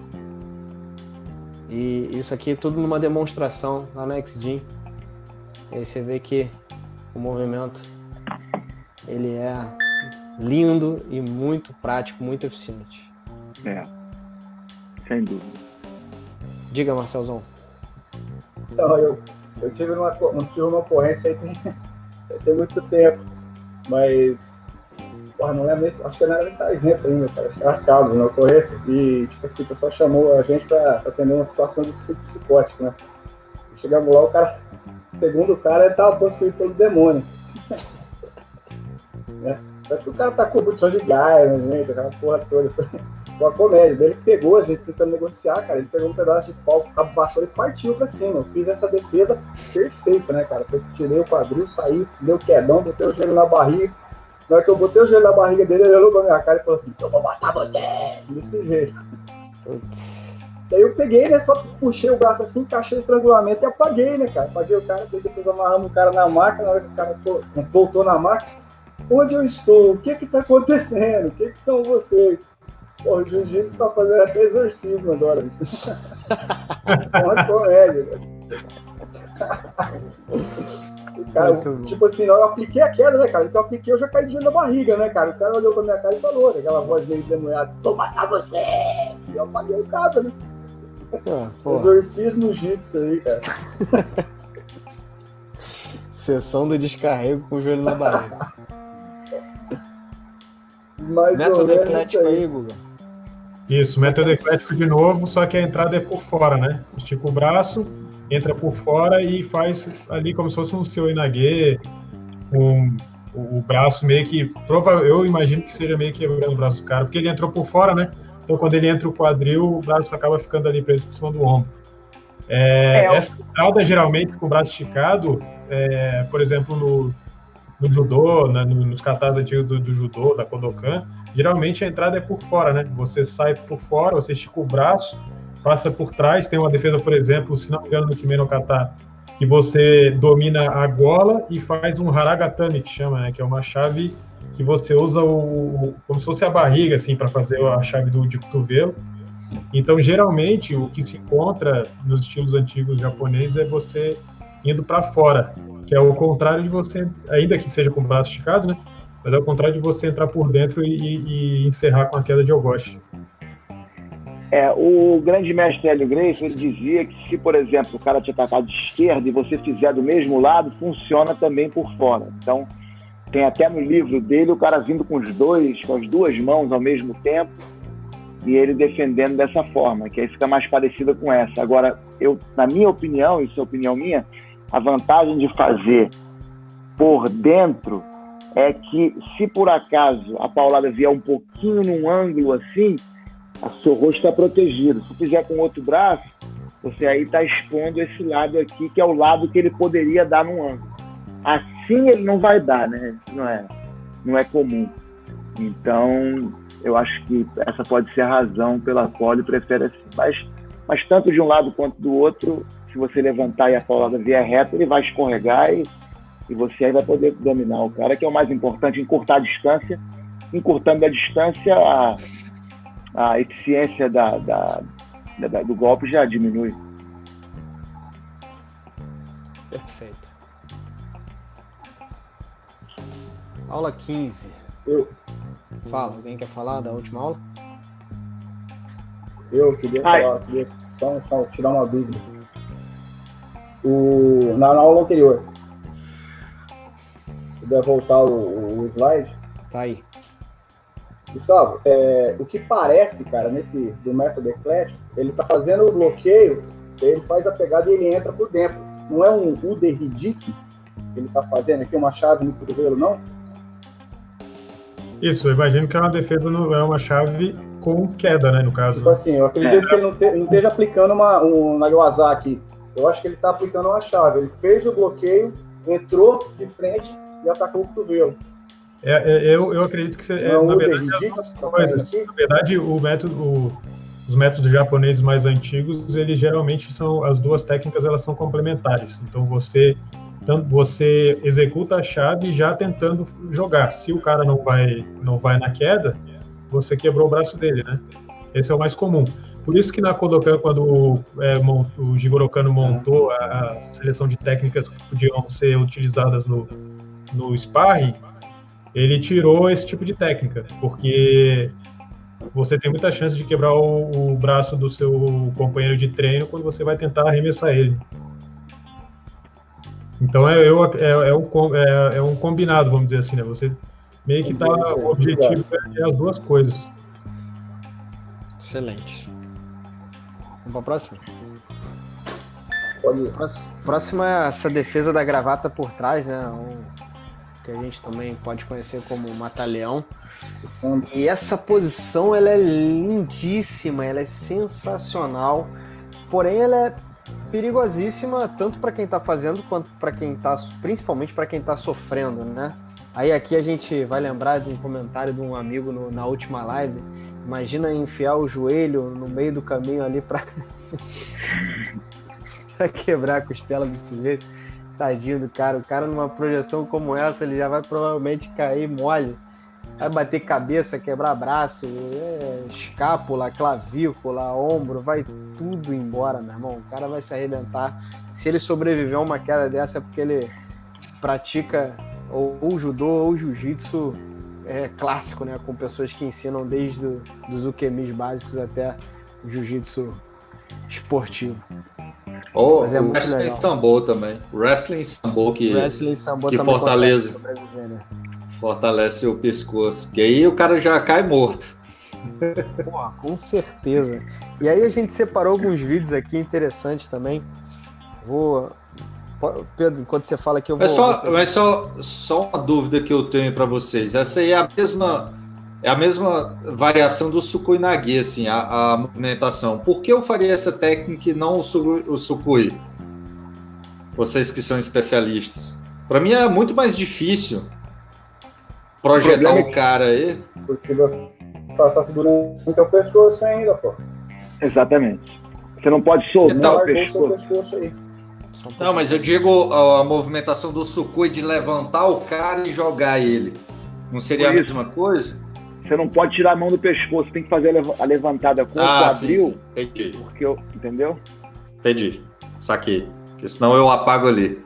E isso aqui tudo numa demonstração lá no X-Gym. E aí você vê que o movimento ele é lindo e muito prático, muito eficiente. É, sem dúvida. Diga, Marcelzão. Então, eu, eu tive, uma, eu tive uma ocorrência aí tem, tem muito tempo, mas porra, não lembro, acho que eu não era nem sargento ainda, cara, acho que era Carlos na ocorrência, e tipo assim, o pessoal chamou a gente pra, pra atender uma situação de surto psicótico, né? Chegamos lá, o cara, segundo o cara, ele tava possuído pelo demônio. Né? Só que o cara tá com condição de gás, né, gente, aquela porra toda. Uma comédia dele, pegou a gente tentando negociar, cara, ele pegou um pedaço de pau, o cabo vassoura e partiu pra cima. Eu fiz essa defesa perfeita, né, cara? Eu tirei o quadril, saí, deu quedão, botei o joelho na barriga. Na hora que eu botei o joelho na barriga dele, ele olhou pra minha cara e falou assim: eu vou matar você! Desse jeito. Putz. Daí eu peguei, né, só puxei o braço assim, encaixei o estrangulamento e apaguei, né, cara? Apaguei o cara, depois amarramos o cara na maca, na hora que o cara voltou na maca. Onde eu estou? O que que tá acontecendo? O que que são vocês? Porra, o jiu-jitsu tá fazendo até exorcismo agora, bicho. É uma comédia, velho. O cara, tipo assim, eu apliquei a queda, né, cara? Então eu apliquei, eu já caí de na barriga, né, cara? O cara olhou pra minha cara e falou, né, aquela voz meio demoniada: vou matar você! E eu apaguei o cara, né? Ah, exorcismo jiu-jitsu aí, cara. Sessão do descarrego com o joelho na barriga. Mais método eclético aí, Guga. Isso, método eclético de novo, só que a entrada é por fora, né? Estica o braço, entra por fora e faz ali como se fosse um seu inagê, um, o, o braço meio que, prova, eu imagino que seja meio quebrando o braço do cara, porque ele entrou por fora, né? Então quando ele entra o quadril, o braço acaba ficando ali preso por cima do ombro. É, é, essa entrada, geralmente, com o braço esticado, é, por exemplo, no, no judô, né, nos katas antigos do, do judô, da Kodokan, geralmente a entrada é por fora, né? Você sai por fora, você estica o braço, passa por trás, tem uma defesa, por exemplo, se não me engano, no Kime no Kata, que você domina a gola e faz um haragatame, que chama, né? Que é uma chave que você usa o, como se fosse a barriga, assim, para fazer a chave do, de cotovelo. Então, geralmente, o que se encontra nos estilos antigos japoneses é você indo para fora, que é o contrário de você, ainda que seja com o braço esticado, né? Mas é o contrário de você entrar por dentro e, e encerrar com a queda de ogoshi. É, o grande mestre Hélio Gracie, ele dizia que se, por exemplo, o cara te atacar de esquerda e você fizer do mesmo lado, funciona também por fora. Então, tem até no livro dele o cara vindo com os dois, com as duas mãos ao mesmo tempo, e ele defendendo dessa forma, que aí fica mais parecida com essa. Agora, eu, na minha opinião, isso é opinião minha, a vantagem de fazer por dentro é que, se por acaso a paulada vier um pouquinho num ângulo assim, o seu rosto está protegido. Se fizer com o outro braço, você aí está expondo esse lado aqui, que é o lado que ele poderia dar num ângulo. Assim ele não vai dar, né? Isso não é, não é comum. Então, eu acho que essa pode ser a razão pela qual ele prefere assim. Mas, mas tanto de um lado quanto do outro, se você levantar e a paulada vier reta, ele vai escorregar e, e você aí vai poder dominar o cara, que é o mais importante, encurtar a distância. Encurtando a distância, a, a eficiência da, da, da, do golpe já diminui. Perfeito. Aula quinze. Eu, Fala, alguém quer falar da última aula? eu queria Ai. falar, queria só, só tirar uma dúvida. O, na, na aula anterior, se puder voltar o, o slide. Tá aí. Gustavo, é, o que parece, cara, nesse do método Eclash, ele tá fazendo o bloqueio, ele faz a pegada e ele entra por dentro. Não é um U D R I D que ele tá fazendo aqui, uma chave no cotovelo, não? Isso, eu imagino que é uma defesa, não é uma chave com queda, né, no caso. Tipo assim, eu acredito É. que ele não, te, não esteja aplicando uma, um Nagasaki. Eu acho que ele tá aplicando uma chave. Ele fez o bloqueio, entrou de frente e atacou o cotovelo. É, é, eu, eu acredito que, é, Não, na o verdade, U D R I D as duas que tá coisas. saindo aqui? Na verdade, o método, o- os métodos japoneses mais antigos, eles geralmente são, as duas técnicas, elas são complementares. Então, você, tanto, você executa a chave já tentando jogar. Se o cara não vai, não vai na queda, você quebrou o braço dele, né? Esse é o mais comum. Por isso que na Kodokan, quando é, mont- o Jigoro Kano montou a, a seleção de técnicas que podiam ser utilizadas no, no sparring, ele tirou esse tipo de técnica, porque você tem muita chance de quebrar o, o braço do seu companheiro de treino quando você vai tentar arremessar ele. Então é, eu- é, é um, com- é- é um combinado, vamos dizer assim, né? Você meio que tá, o objetivo é as duas coisas. Excelente. Vamos pra próxima? Pode ir. Próxima- Próxima é essa defesa da gravata por trás, né? Um, que a gente também pode conhecer como mata-leão. E essa posição, ela é lindíssima, ela é sensacional. Porém, ela é perigosíssima tanto para quem tá fazendo quanto para quem tá, principalmente para quem tá sofrendo, né? Aí aqui a gente vai lembrar de um comentário de um amigo no- na última live. Imagina enfiar o joelho no meio do caminho ali para pra quebrar a costela do sujeito. Tadinho do cara. O cara numa projeção como essa, ele já vai provavelmente cair mole. Vai bater cabeça, quebrar braço, é, escápula, clavícula, ombro, vai tudo embora, meu irmão. O cara vai se arrebentar. Se ele sobreviver a uma queda dessa é porque ele pratica ou, ou judô ou jiu-jitsu é, clássico, né? Com pessoas que ensinam desde do, dos ukemis básicos até jiu-jitsu esportivo. Ou Mas é o muito Wrestling legal. Sambo também. Wrestling Sambo que, Wrestling Sambo que também fortalece. consegue sobreviver, né? fortalece o pescoço. Porque aí o cara já cai morto. Porra, com certeza. E aí a gente separou alguns vídeos aqui interessantes também. Vou... Po- Pedro, enquanto você fala aqui, eu vou... Mas só, vou- mas só, só uma dúvida que eu tenho para vocês. Essa aí é a mesma, é a mesma variação do Sukui Nage, assim, a, a movimentação. Por que eu faria essa técnica e não o, su, o Sukui? Vocês que são especialistas. Para mim é muito mais difícil projetar O problema é o que- cara aí. Porque você passar segurando o teu pescoço ainda, pô. Exatamente. Você não pode soltar Então, o Largou o seu pescoço. pescoço aí. só um Não, pouquinho. mas eu digo a, a movimentação do Sukui de levantar o cara e jogar ele. Não seria a Por isso. mesma coisa? Você não pode tirar a mão do pescoço, tem que fazer a leva- a levantada com o Ah, sim, quadril, sim. Entendi. porque eu, entendeu? Entendi. Saquei. Porque senão eu apago ali.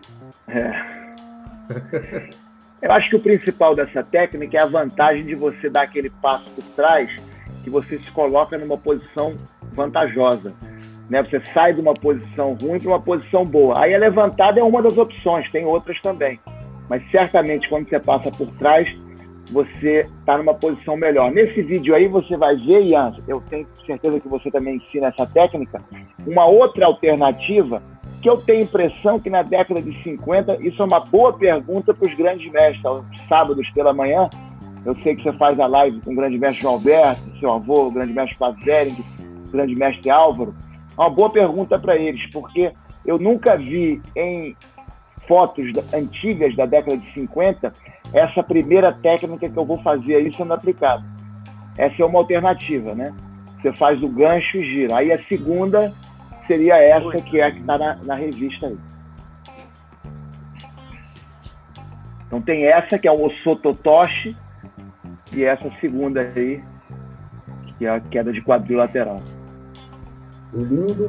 Eu acho que o principal dessa técnica é a vantagem de você dar aquele passo por trás, que você se coloca numa posição vantajosa. Né? Você sai de uma posição ruim para uma posição boa. Aí a levantada é uma das opções, tem outras também. Mas certamente quando você passa por trás, você está numa posição melhor. Nesse vídeo aí você vai ver, Ian, eu tenho certeza que você também ensina essa técnica, uma outra alternativa que eu tenho impressão que na década de cinquenta, isso é uma boa pergunta para os grandes mestres, aos sábados pela manhã. Eu sei que você faz a live com o grande mestre João Alberto, seu avô, o grande mestre Flávio Bering, o grande mestre Álvaro. É uma boa pergunta para eles, porque eu nunca vi em fotos da- antigas da década de cinquenta essa primeira técnica que eu vou fazer aí sendo aplicada. Essa é uma alternativa, né? Você faz o gancho e gira. Aí a segunda seria essa, que é a que está na, na revista aí. Então tem essa, que é o Osototoshi, e essa segunda aí, que é a queda de quadril lateral. Lindo.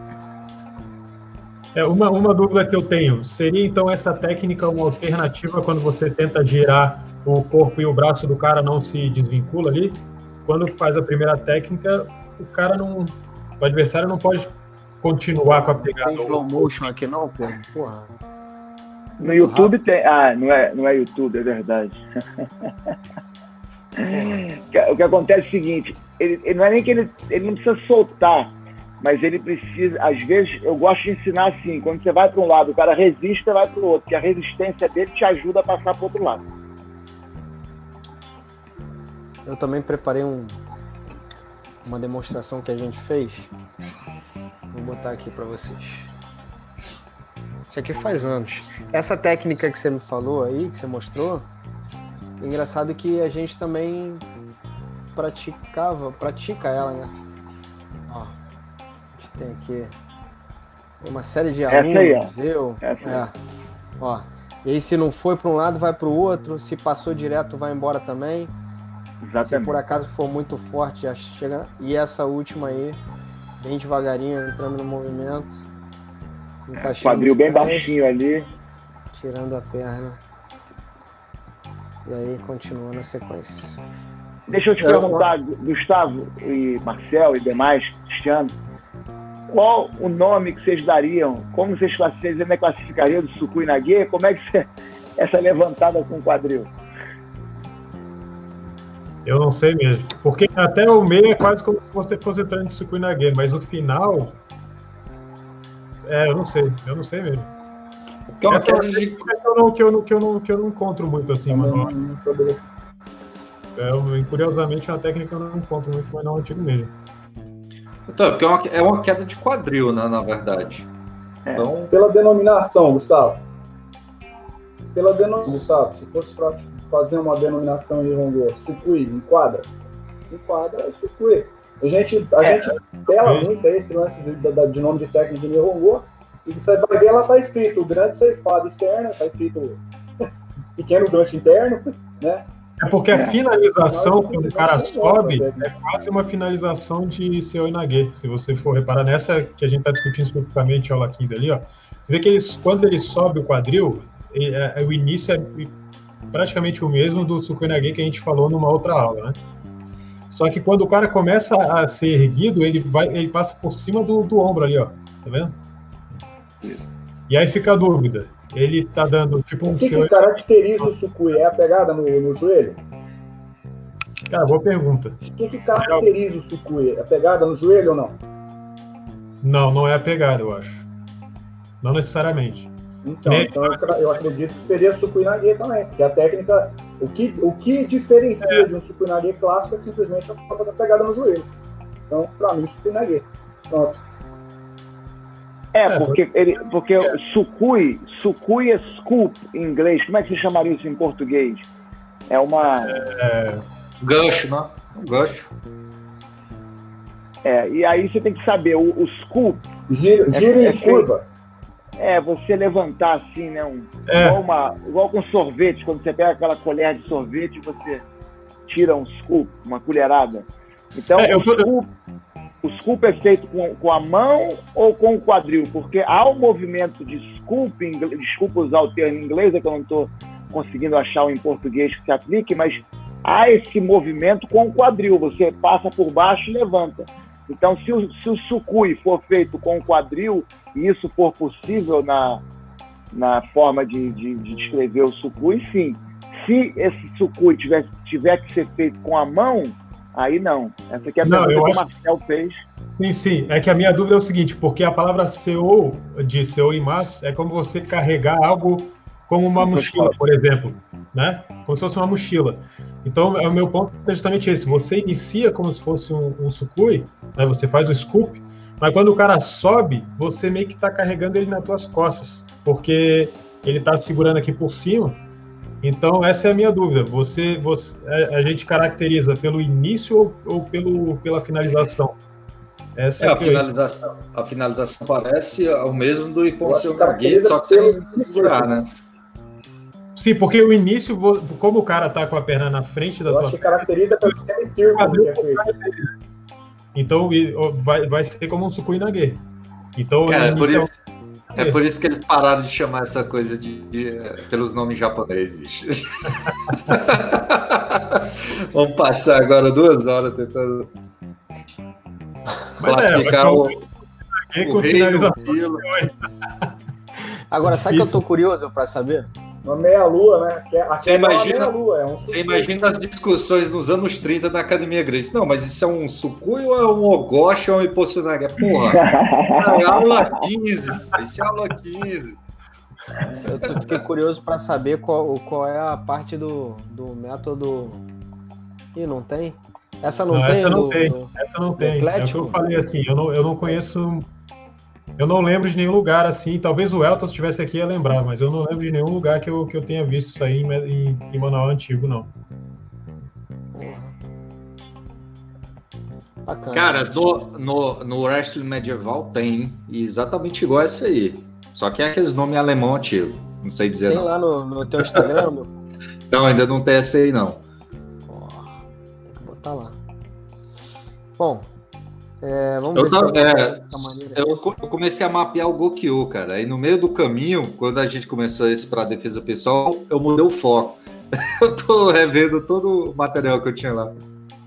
É, uma, uma dúvida que eu tenho, seria então essa técnica uma alternativa quando você tenta girar o corpo e o braço do cara não se desvincula ali? Quando faz a primeira técnica, o cara não, o adversário não pode continuar com a pegada. Tem slow motion aqui não, pô? Porra. No YouTube tem... Ah, não é, não é YouTube, é verdade. O que acontece é o seguinte, ele, ele não é nem que ele, ele não precisa soltar, mas ele precisa, às vezes, eu gosto de ensinar assim, quando você vai para um lado, o cara resiste, você vai para o outro, porque a resistência dele te ajuda a passar para o outro lado. Eu também preparei um, uma demonstração que a gente fez. Vou botar aqui para vocês. Isso aqui faz anos. Essa técnica que você me falou aí, que você mostrou, é engraçado que a gente também praticava, pratica ela, né? Ó, a gente tem aqui uma série de alunos, Essa aí, ó. eu, Essa é, ó. E aí se não foi para um lado, vai para o outro. Se passou direto, vai embora também. Exatamente. Se por acaso for muito forte, já chega. E essa última aí, bem devagarinho, entrando no movimento. É, quadril bem pés, baixinho ali. Tirando a perna. E aí continua na sequência. Deixa eu te perguntar, Gustavo e Marcel e demais, Cristiano, qual o nome que vocês dariam? Como vocês, vocês ainda classificariam do Sukui Nage? Como é que você, essa levantada com o quadril? Eu não sei mesmo. Porque até o meio é quase como se você fosse entrando de Sukui Nage, mas o final. É, eu não sei. Eu não sei mesmo. Que é uma Essa é uma de... que, eu não, que, eu não, que, eu não, que eu não encontro muito assim, mano. É, curiosamente é uma técnica que eu não encontro muito, mas não é antigo mesmo. Então, porque é uma, é uma queda de quadril, né, na verdade. É. Então... Pela denominação, Gustavo. Pela denominação, Gustavo, se fosse para fazer uma denominação em Nihongo, Sukui, enquadra? Enquadra é Sukui. A gente, a é. gente pela muito a esse lance de, de, de nome de técnica de Nihongo, e você vai ver, ela está escrito grande ceifado externa, está escrito pequeno gancho interno, né? É porque a finalização, quando o cara sobe, é quase uma finalização de Seoi Nage. Se você for reparar nessa que a gente está discutindo especificamente, aula quinze ali, ó, você vê que ele, quando ele sobe o quadril, é, é, o início é praticamente o mesmo do Sukui Nage que a gente falou numa outra aula, né? Só que quando o cara começa a ser erguido, ele, vai, ele passa por cima do, do ombro ali, ó. Tá vendo? E aí fica a dúvida. Ele tá dando tipo um... O que, que caracteriza o Sukui? É a pegada no, no joelho? Cara, boa pergunta. O que, que caracteriza o Sukui? É a pegada no joelho ou não? Não, não é a pegada, eu acho. Não necessariamente. Então, Nem... então eu, eu acredito que seria Sukui Nage também, porque a técnica... O que, o que diferencia é. de um Sukui Nage clássico é simplesmente a falta da pegada no joelho. Então, pra mim, Sukui Nage. Pronto. É, porque, ele, porque é. Sukui, Sukui é scoop em inglês. Como é que se chamaria isso em português? É uma... É... Gancho, né? Um gancho. É, e aí você tem que saber, o, o scoop... Giro, giro é, em é curva. É, você levantar assim, né? Um, é. igual, uma, igual com sorvete, quando você pega aquela colher de sorvete, você tira um scoop, uma colherada. Então, é, o, tô... scoop, o scoop é feito com, com a mão ou com o quadril? Porque há um movimento de scoop, desculpa usar o termo em inglês, é que eu não estou conseguindo achar um em português que se aplique, mas há esse movimento com o quadril. Você passa por baixo e levanta. Então, se o, se o Sukui for feito com o quadril, e isso for possível na, na forma de, de, de descrever o Sukui, sim. Se esse Sukui tiver, tiver que ser feito com a mão, aí não. Essa aqui é a não, pergunta que acho... o Marcel fez. Sim, sim. É que a minha dúvida é o seguinte, porque a palavra Seo, de Seo e Mas, é como você carregar algo como uma mochila, por exemplo, né? Como se fosse uma mochila. Então, o meu ponto é justamente esse. Você inicia como se fosse um, um Sukui, né? Você faz o scoop, mas quando o cara sobe, você meio que está carregando ele nas tuas costas, porque ele está segurando aqui por cima. Então, essa é a minha dúvida. Você, você, a gente caracteriza pelo início ou, ou pelo, pela finalização? Essa é, é a, finalização, a finalização parece o mesmo do Ippon Seoi Nage, só que sem segurar, né? Sim, porque o início, como o cara tá com a perna na frente da Eu tua acho que caracteriza pelo semicírculo que é feito. Então vai, vai ser como um Sukui Nage. Então, cara, é por, é, isso, um... é por isso que eles pararam de chamar essa coisa de, de, pelos nomes japoneses. Vamos passar agora duas horas tentando mas classificar é, o, o, o rei do filo. Agora, sabe o que eu tô curioso para saber? Uma meia-lua, né? Que é, você imagina, é meia-lua, é um você imagina as discussões nos anos trinta na Academia Gracie. Não, mas isso é um Sukui ou é um Ogoshi ou é um Iposunaga? Porra, é aula quinze. Isso é aula quinze. Eu tô, fiquei curioso para saber qual, qual é a parte do, do método... Ih, não tem? Essa não, não tem? Essa não do, tem, do, essa não do tem. É o que eu falei assim, eu não, eu não conheço... Eu não lembro de nenhum lugar assim, talvez o Elton, se estivesse aqui, ia lembrar, mas eu não lembro de nenhum lugar que eu, que eu tenha visto isso aí em, em, em manual antigo, não. Bacana. Cara, no, no, no Wrestling Medieval tem exatamente igual essa aí. Só que é aqueles nomes alemão antigo. Não sei dizer tem não. lá no, no teu Instagram, meu? Não, ainda não tem essa aí, não. Oh, tem que botar lá. Bom, é, vamos eu, ver tava, se é, eu, eu comecei a mapear o Gokyo, cara. Aí no meio do caminho, quando a gente começou esse para defesa pessoal, eu mudei o foco. Eu tô revendo todo o material que eu tinha lá.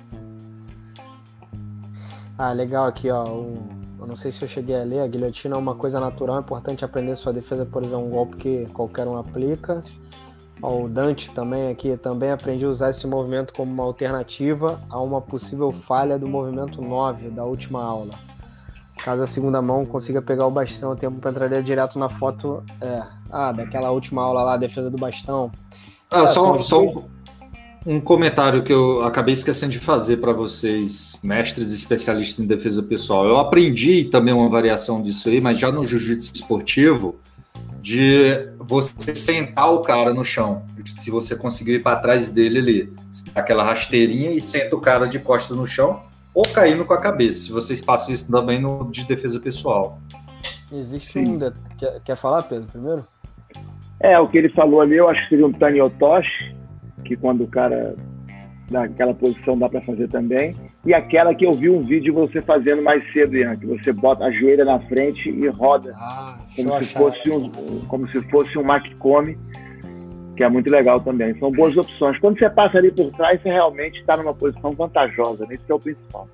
Ah, legal aqui, ó. Um, eu não sei se eu cheguei a ler. A guilhotina é uma coisa natural, é importante aprender sua defesa por usar um golpe que qualquer um aplica. Ó, o Dante também aqui, também aprendi a usar esse movimento como uma alternativa a uma possível falha do movimento nove da última aula. Caso a segunda mão consiga pegar o bastão, o tempo entraria direto na foto é, ah, daquela última aula lá, a defesa do bastão. Ah, ah, só só um, um comentário que eu acabei esquecendo de fazer para vocês, mestres especialistas em defesa pessoal. Eu aprendi também uma variação disso aí, mas já no jiu-jitsu esportivo, de você sentar o cara no chão. Se você conseguir ir para trás dele ali, aquela rasteirinha e senta o cara de costas no chão ou caindo com a cabeça. Se vocês passam isso também no de defesa pessoal. Existe Sim. um... De... Quer, quer falar, Pedro, primeiro? É, o que ele falou ali, eu acho que seria um Tanyotoshi, que quando o cara naquela posição dá para fazer também. E aquela que eu vi um vídeo de você fazendo mais cedo, Ian, que você bota a joelha na frente e roda ah, como, se fosse um, como se fosse um makikomi, que é muito legal também. São boas opções. Quando você passa ali por trás, você realmente está numa posição vantajosa, né? Isso é o principal.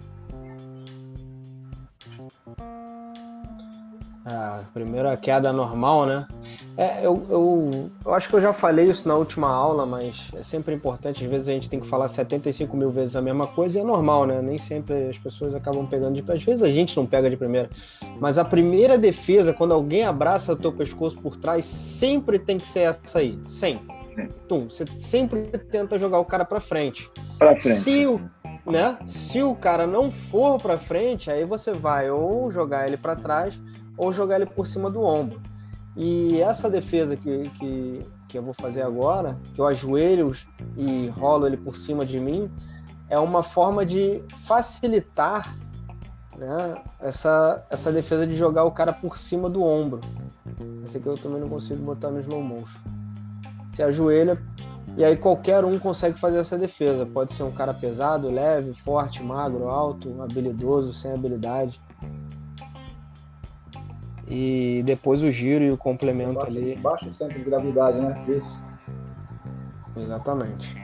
A primeira queda normal, né? É, eu, eu, eu acho que eu já falei isso na última aula, mas é sempre importante. Às vezes a gente tem que falar setenta e cinco mil vezes a mesma coisa e é normal, né? Nem sempre as pessoas acabam pegando de primeira. Às vezes a gente não pega de primeira. Mas a primeira defesa, quando alguém abraça o teu pescoço por trás, sempre tem que ser essa aí. Sempre. Tum, você sempre tenta jogar o cara pra frente. Pra frente. Se o, né? Se o cara não for pra frente, aí você vai ou jogar ele pra trás ou jogar ele por cima do ombro. E essa defesa que, que, que eu vou fazer agora, que eu ajoelho e rolo ele por cima de mim, é uma forma de facilitar, né, essa, essa defesa de jogar o cara por cima do ombro. Esse aqui eu também não consigo botar no slow motion. Você ajoelha e aí qualquer um consegue fazer essa defesa. Pode ser um cara pesado, leve, forte, magro, alto, habilidoso, sem habilidade. E depois o giro e o complemento baixo, ali. Baixo centro de gravidade, né? Isso. Exatamente.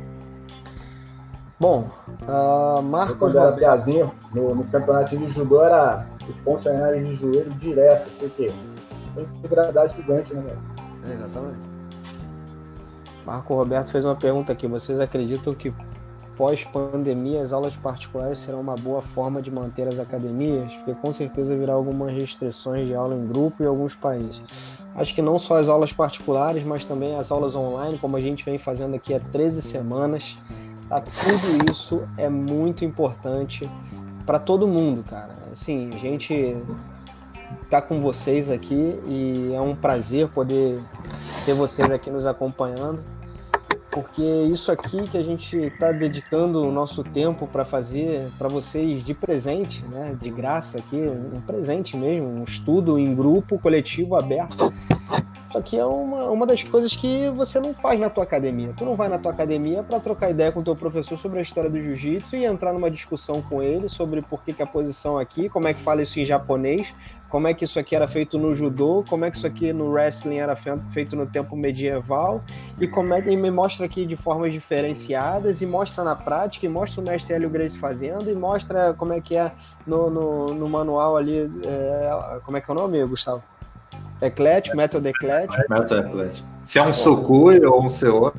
Bom, uh, Marcos quando era piazinho, no, nos campeonatos de judô era se funcionário de joelho direto, porque tem que ter gravidade gigante, né, velho? Exatamente. Marco Roberto fez uma pergunta aqui. Vocês acreditam que pós-pandemia as aulas particulares serão uma boa forma de manter as academias? Porque com certeza virá algumas restrições de aula em grupo em alguns países. Acho que não só as aulas particulares, mas também as aulas online, como a gente vem fazendo aqui há treze semanas. Tá? Tudo isso é muito importante para todo mundo, cara. Assim, a gente tá com vocês aqui e é um prazer poder ter vocês aqui nos acompanhando. Porque isso aqui que a gente está dedicando o nosso tempo para fazer para vocês de presente, né? De graça aqui, um presente mesmo, um estudo em grupo, coletivo, aberto, Só que é uma, uma das coisas que você não faz na tua academia. Tu não vai na tua academia para trocar ideia com o teu professor sobre a história do jiu-jitsu e entrar numa discussão com ele sobre por que, que a posição aqui, como é que fala isso em japonês, como é que isso aqui era feito no judô, como é que isso aqui no wrestling era feito no tempo medieval, e como é que me mostra aqui de formas diferenciadas, e mostra na prática, e mostra o mestre Hélio Gracie fazendo, e mostra como é que é no, no, no manual ali, é, como é que é o nome, Gustavo? Eclético, método eclético. Método eclético. Se é um Sukui ou um Seoi.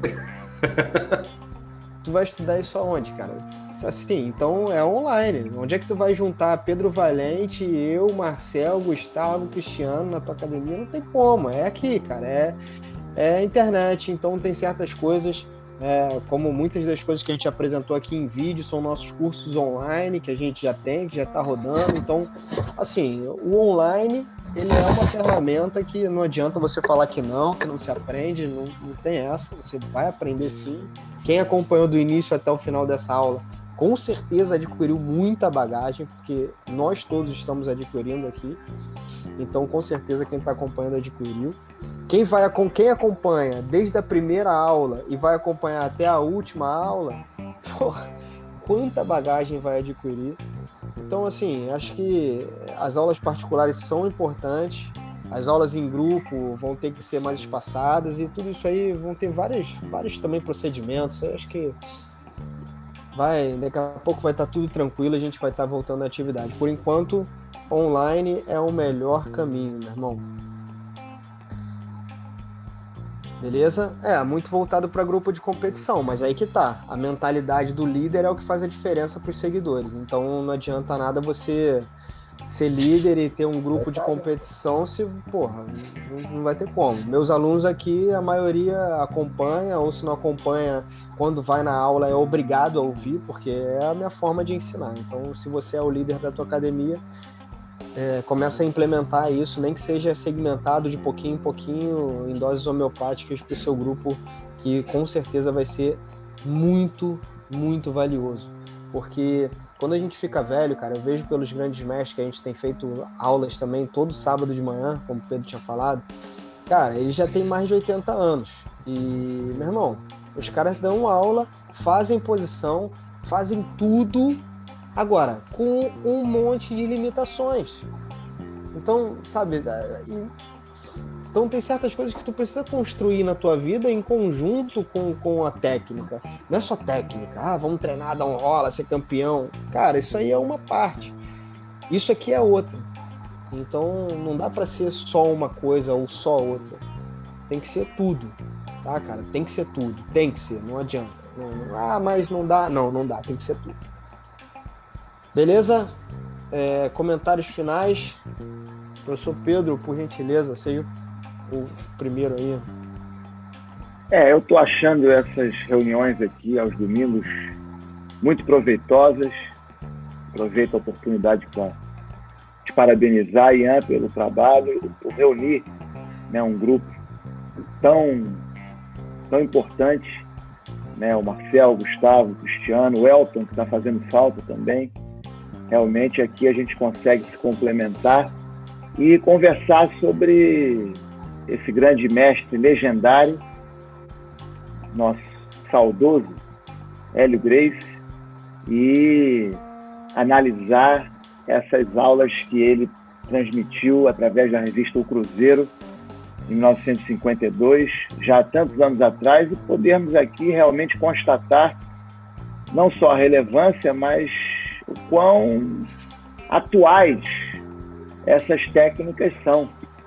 Tu vai estudar isso aonde, cara? Assim, então é online. Onde é que tu vai juntar Pedro Valente, eu, Marcel, Gustavo, Cristiano na tua academia? Não tem como. É aqui, cara. É, é internet. Então tem certas coisas, é, como muitas das coisas que a gente apresentou aqui em vídeo, são nossos cursos online que a gente já tem, que já tá rodando. Então, assim, o online, ele é uma ferramenta que não adianta você falar que não, que não se aprende, não, não tem essa, você vai aprender sim. Quem acompanhou do início até o final dessa aula, com certeza adquiriu muita bagagem, porque nós todos estamos adquirindo aqui, então com certeza quem está acompanhando adquiriu. Quem, vai, com quem acompanha desde a primeira aula e vai acompanhar até a última aula, porra, quanta bagagem vai adquirir. Então, assim, acho que as aulas particulares são importantes, as aulas em grupo vão ter que ser mais espaçadas e tudo isso aí vão ter vários, vários também procedimentos. Eu acho que vai, daqui a pouco vai estar tudo tranquilo, a gente vai estar voltando à atividade. Por enquanto, online é o melhor caminho, meu irmão. Beleza? É, muito voltado para grupo de competição, mas aí que tá. A mentalidade do líder é o que faz a diferença para os seguidores. Então não adianta nada você ser líder e ter um grupo de competição se, porra, não vai ter como. Meus alunos aqui, a maioria acompanha, ou se não acompanha, quando vai na aula é obrigado a ouvir, porque é a minha forma de ensinar. Então, se você é o líder da tua academia, É, começa a implementar isso, nem que seja segmentado de pouquinho em pouquinho, em doses homeopáticas para o seu grupo, que com certeza vai ser muito, muito valioso. Porque quando a gente fica velho, cara, eu vejo pelos grandes mestres que a gente tem feito aulas também todo sábado de manhã, como o Pedro tinha falado, cara, eles já têm mais de oitenta anos. E, meu irmão, os caras dão aula, fazem posição, fazem tudo. Agora, com um monte de limitações. Então, sabe, então tem certas coisas que tu precisa construir na tua vida em conjunto com, com a técnica. Não é só técnica, ah, vamos treinar, dar um rola, ser campeão. Cara, isso aí é uma parte. Isso aqui é outra. Então, não dá pra ser só uma coisa ou só outra. Tem que ser tudo, tá, cara? Tem que ser tudo. Tem que ser, não adianta. Não, não, ah, mas não dá. Não, não dá, tem que ser tudo. Beleza? É, comentários finais. Professor Pedro, por gentileza, seja o primeiro aí. É, eu estou achando essas reuniões aqui aos domingos muito proveitosas. Aproveito a oportunidade para te parabenizar, Ian, pelo trabalho, por reunir, né, um grupo tão, tão importante, né, o Marcel, o Gustavo, o Cristiano, o Elton, que está fazendo falta também. Realmente aqui a gente consegue se complementar e conversar sobre esse grande mestre legendário, nosso saudoso Hélio Gracie, e analisar essas aulas que ele transmitiu através da revista O Cruzeiro em mil novecentos e cinquenta e dois, já há tantos anos atrás, e podermos aqui realmente constatar não só a relevância, mas o quão atuais essas técnicas são,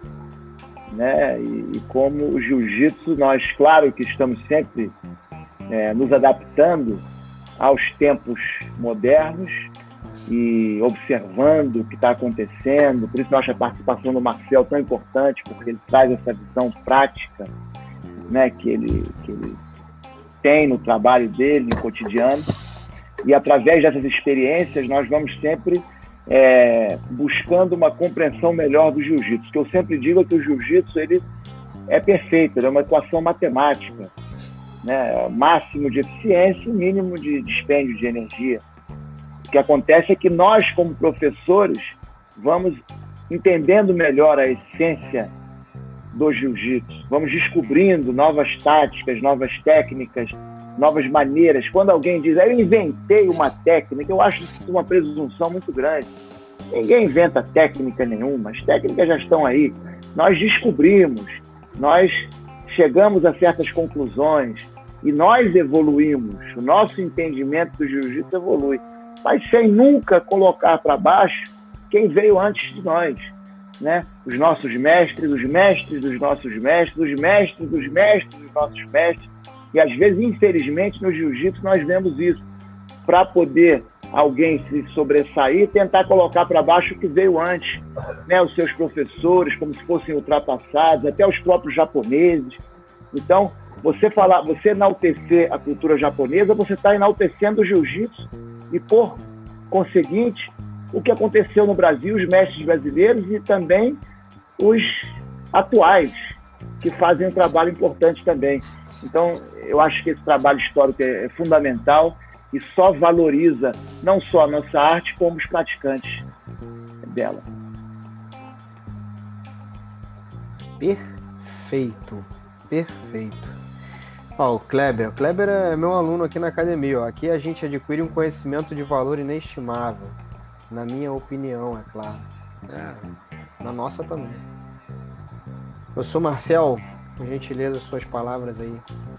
né? E, e como o jiu-jitsu, nós, claro que estamos sempre é, nos adaptando aos tempos modernos e observando o que está acontecendo. Por isso eu acho a participação do Marcel tão importante, porque ele traz essa visão prática, né, que ele, que ele tem no trabalho dele, no cotidiano. E através dessas experiências nós vamos sempre é, buscando uma compreensão melhor do jiu-jitsu. O que eu sempre digo é que o jiu-jitsu ele é perfeito, ele é uma equação matemática, né? Máximo de eficiência e mínimo de dispêndio de energia. O que acontece é que nós, como professores, vamos entendendo melhor a essência do jiu-jitsu. Vamos descobrindo novas táticas, novas técnicas, novas maneiras. Quando alguém diz, eu inventei uma técnica, eu acho isso uma presunção muito grande. Ninguém inventa técnica nenhuma, as técnicas já estão aí. Nós descobrimos, nós chegamos a certas conclusões e nós evoluímos. O nosso entendimento do jiu-jitsu evolui, mas sem nunca colocar para baixo quem veio antes de nós, né? Os nossos mestres, os mestres dos nossos mestres, os mestres dos mestres dos nossos mestres. E às vezes, infelizmente, no jiu-jitsu nós vemos isso. Para poder alguém se sobressair, tentar colocar para baixo o que veio antes, né? Os seus professores, como se fossem ultrapassados, até os próprios japoneses. Então, você falar, você enaltecer a cultura japonesa, você está enaltecendo o jiu-jitsu e, por conseguinte, o que aconteceu no Brasil, os mestres brasileiros e também os atuais, que fazem um trabalho importante também. Então, eu acho que esse trabalho histórico é, é fundamental e só valoriza não só a nossa arte, como os praticantes dela. Perfeito, perfeito. Ó, o Kleber, o Kleber é meu aluno aqui na academia. Ó. Aqui a gente adquire um conhecimento de valor inestimável. Na minha opinião, é claro. É, na nossa também. Eu sou Marcel, por gentileza, suas palavras aí.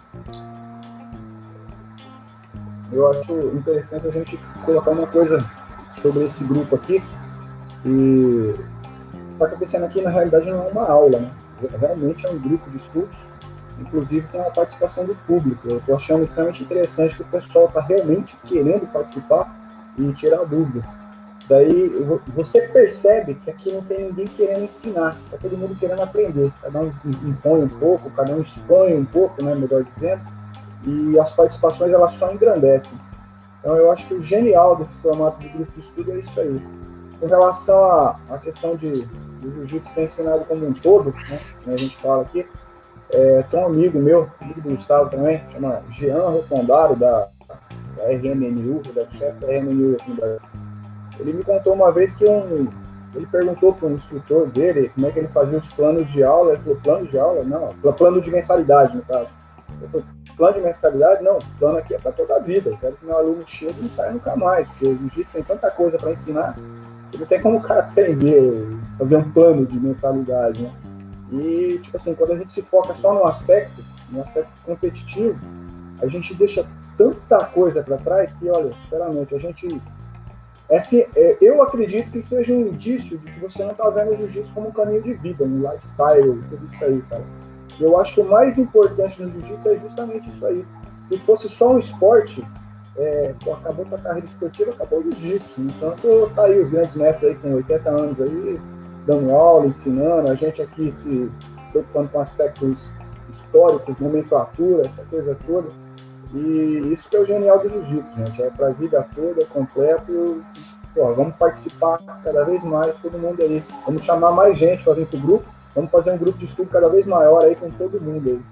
Eu acho interessante a gente colocar uma coisa sobre esse grupo aqui. E o que está acontecendo aqui, na realidade, não é uma aula, né? Realmente é um grupo de estudos, inclusive com a participação do público. Eu estou achando extremamente interessante que o pessoal está realmente querendo participar e tirar dúvidas. Daí você percebe que aqui não tem ninguém querendo ensinar, está todo mundo querendo aprender. Cada um impõe um pouco, cada um expõe um pouco, né, melhor dizendo, e as participações elas só engrandecem. Então eu acho que o genial desse formato de grupo de estudo é isso aí. Com relação à, à questão de, de jiu-jitsu ser ensinado como um todo, né, como a gente fala aqui, é, tem um amigo meu, amigo do Gustavo também, chama Jean Rotondaro, da, da R M N U, da chefe da R M N U aqui no Brasil. Ele me contou uma vez que um, ele perguntou para um instrutor dele como é que ele fazia os planos de aula. Ele falou, plano de aula? Não, plano de mensalidade, no caso. Ele falou, plano de mensalidade? Não, plano aqui é para toda a vida. Eu quero que meu aluno chegue e não saia nunca mais, porque o jiu-jitsu tem tanta coisa para ensinar, que não tem como o cara aprender, fazer um plano de mensalidade, né? E, tipo assim, quando a gente se foca só no aspecto, no aspecto competitivo, a gente deixa tanta coisa para trás que, olha, sinceramente, a gente... É assim, é, eu acredito que seja um indício de que você não está vendo o jiu-jitsu como um caminho de vida, um lifestyle, tudo isso aí, cara. Eu acho que o mais importante no jiu-jitsu é justamente isso aí. Se fosse só um esporte, é, pô, acabou a carreira esportiva, acabou o jiu-jitsu. Então, tá aí os grandes mestres aí com oitenta anos aí, dando aula, ensinando, a gente aqui se preocupando com aspectos históricos, nomenclatura, essa coisa toda. E isso que é o genial do jiu-jitsu, gente. É para a vida toda, é completo. Pô, vamos participar cada vez mais, todo mundo aí. Vamos chamar mais gente para vir pro grupo. Vamos fazer um grupo de estudo cada vez maior aí com todo mundo aí.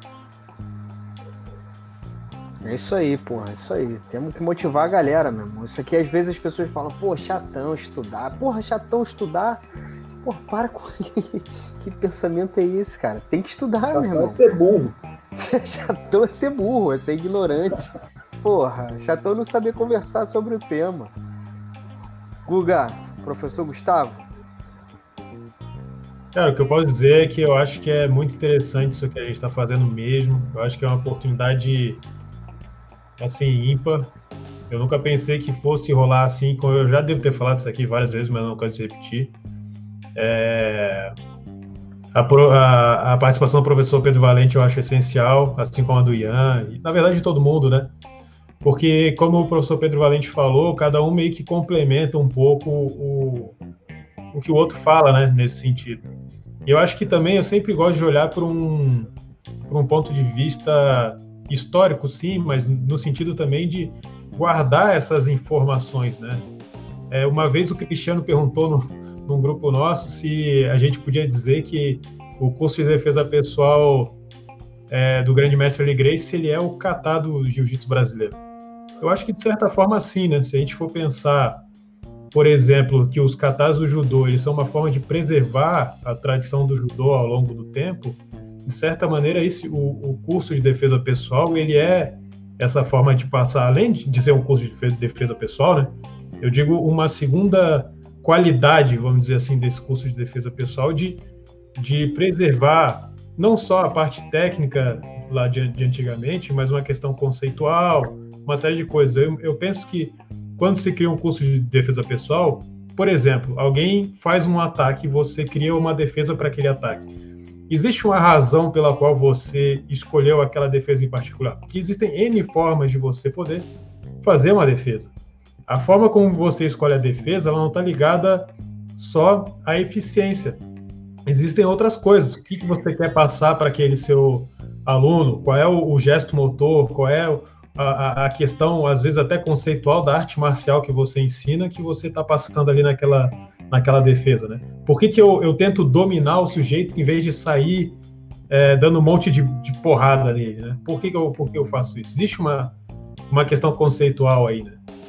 É isso aí, porra, é isso aí. Temos que motivar a galera, meu irmão. Isso aqui, às vezes, as pessoas falam, pô, chatão estudar. Porra, chatão estudar. Porra, para com... Que pensamento é esse, cara? Tem que estudar, chatão, meu irmão. É ser burro. Chatão é ser burro, é ser ignorante. Porra, chatão é não saber conversar sobre o tema. Guga, professor Gustavo? Cara, o que eu posso dizer é que eu acho que é muito interessante isso que a gente está fazendo mesmo. Eu acho que é uma oportunidade, assim, ímpar. Eu nunca pensei que fosse rolar assim, como eu já devo ter falado isso aqui várias vezes, mas não quero repetir. É... A, a, a participação do professor Pedro Valente eu acho essencial, assim como a do Ian, e na verdade de todo mundo, né? Porque, como o professor Pedro Valente falou, cada um meio que complementa um pouco o, o que o outro fala, né, nesse sentido. E eu acho que também eu sempre gosto de olhar por um, por um ponto de vista histórico, sim, mas no sentido também de guardar essas informações, né? É, uma vez o Cristiano perguntou no num grupo nosso, se a gente podia dizer que o curso de defesa pessoal é, do grande mestre Eli Gracie, ele é o kata do jiu-jitsu brasileiro. Eu acho que, de certa forma, sim, né? Se a gente for pensar, por exemplo, que os katas do judô, eles são uma forma de preservar a tradição do judô ao longo do tempo, de certa maneira, esse, o, o curso de defesa pessoal, ele é essa forma de passar, além de ser um curso de defesa pessoal, né? Eu digo uma segunda qualidade, vamos dizer assim, desse curso de defesa pessoal, de, de preservar não só a parte técnica lá de, de antigamente, mas uma questão conceitual, uma série de coisas. Eu, eu penso que quando se cria um curso de defesa pessoal, por exemplo, alguém faz um ataque e você cria uma defesa para aquele ataque. Existe uma razão pela qual você escolheu aquela defesa em particular? Porque existem N formas de você poder fazer uma defesa. A forma como você escolhe a defesa, ela não está ligada só à eficiência. Existem outras coisas. O que, que você quer passar para aquele seu aluno? Qual é o, o gesto motor? Qual é o, a, a questão, às vezes até conceitual, da arte marcial que você ensina, que você está passando ali naquela, naquela defesa, né? Por que, que eu, eu tento dominar o sujeito em vez de sair é, dando um monte de, de porrada nele, né? Por que, que, eu, por que eu faço isso? Existe uma, uma questão conceitual aí, né?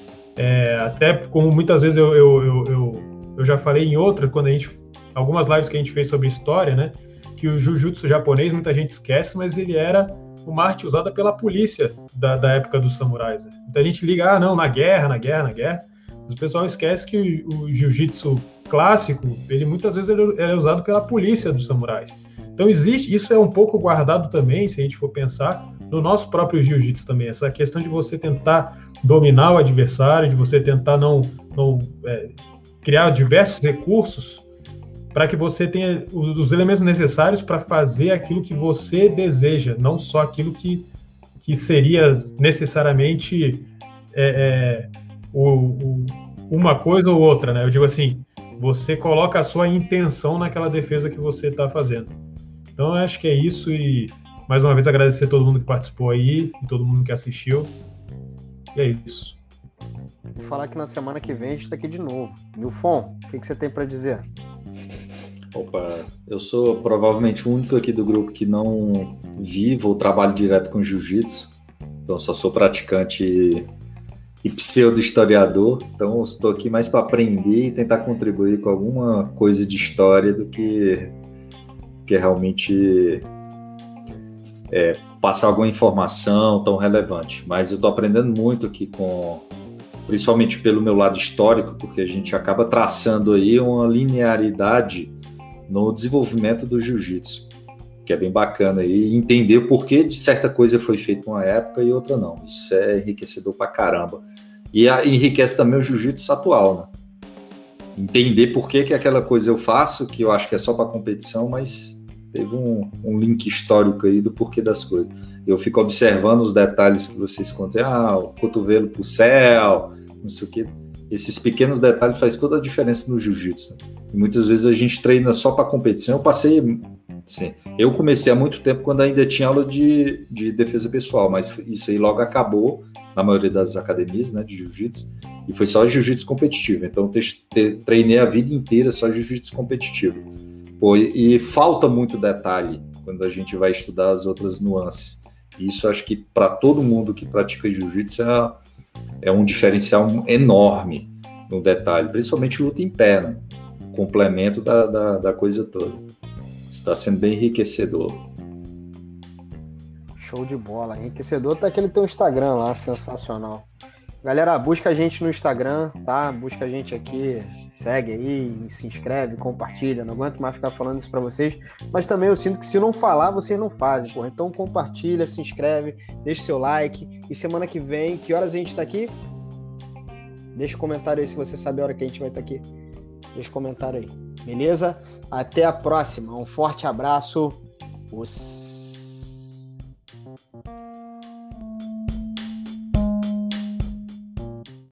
É, até como muitas vezes eu, eu, eu, eu, eu já falei em outra, quando a gente, algumas lives que a gente fez sobre história, né, que o jiu-jitsu japonês muita gente esquece, mas ele era uma arte usada pela polícia da, da época dos samurais, né? Muita gente liga, ah não, na guerra, na guerra, na guerra, mas o pessoal esquece que o, o jiu-jitsu clássico, ele muitas vezes ele, ele é usado pela polícia dos samurais. Então existe, isso é um pouco guardado também, se a gente for pensar, no nosso próprio jiu-jitsu também, essa questão de você tentar dominar o adversário, de você tentar não, não é, criar diversos recursos para que você tenha os, os elementos necessários para fazer aquilo que você deseja, não só aquilo que, que seria necessariamente é, é, o, o, uma coisa ou outra, né? Eu digo assim, você coloca a sua intenção naquela defesa que você está fazendo. Então, eu acho que é isso e, mais uma vez, agradecer a todo mundo que participou aí e todo mundo que assistiu. E é isso. Vou falar que na semana que vem a gente está aqui de novo. Nilfon, o que, que você tem para dizer? Opa, eu sou provavelmente o único aqui do grupo que não vivo ou trabalho direto com jiu-jitsu. Então, só sou praticante e, e pseudo-historiador. Então, estou aqui mais para aprender e tentar contribuir com alguma coisa de história do que, que realmente é, passar alguma informação tão relevante. Mas eu estou aprendendo muito aqui com... principalmente pelo meu lado histórico, porque a gente acaba traçando aí uma linearidade no desenvolvimento do jiu-jitsu, que é bem bacana aí, entender o porquê de certa coisa foi feita uma época e outra não. Isso é enriquecedor pra caramba. E a, enriquece também o jiu-jitsu atual, né? Entender por que que aquela coisa eu faço, que eu acho que é só para competição, mas teve um, um link histórico aí do porquê das coisas. Eu fico observando os detalhes que vocês contam, ah, o cotovelo pro céu, não sei o que. Esses pequenos detalhes fazem toda a diferença no jiu-jitsu. E muitas vezes a gente treina só para competição. Eu passei, assim, eu comecei há muito tempo quando ainda tinha aula de, de defesa pessoal, mas isso aí logo acabou na maioria das academias, né, de jiu-jitsu, e foi só jiu-jitsu competitivo. Então te, te, treinei a vida inteira só jiu-jitsu competitivo. Pô, e, e falta muito detalhe quando a gente vai estudar as outras nuances. E isso acho que para todo mundo que pratica jiu-jitsu é, é um diferencial enorme no detalhe, principalmente luta em pé, né? Complemento da, da, da coisa toda. Está sendo bem enriquecedor. Show de bola. Enriquecedor tá aquele teu Instagram lá, sensacional. Galera, busca a gente no Instagram, tá? Busca a gente aqui, segue aí, se inscreve, compartilha. Não aguento mais ficar falando isso pra vocês, mas também eu sinto que se não falar, vocês não fazem, porra. Então compartilha, se inscreve, deixa seu like. E semana que vem, que horas a gente tá aqui? Deixa um comentário aí se você sabe a hora que a gente vai estar aqui. Deixa um comentário aí, beleza? Até a próxima, um forte abraço. Os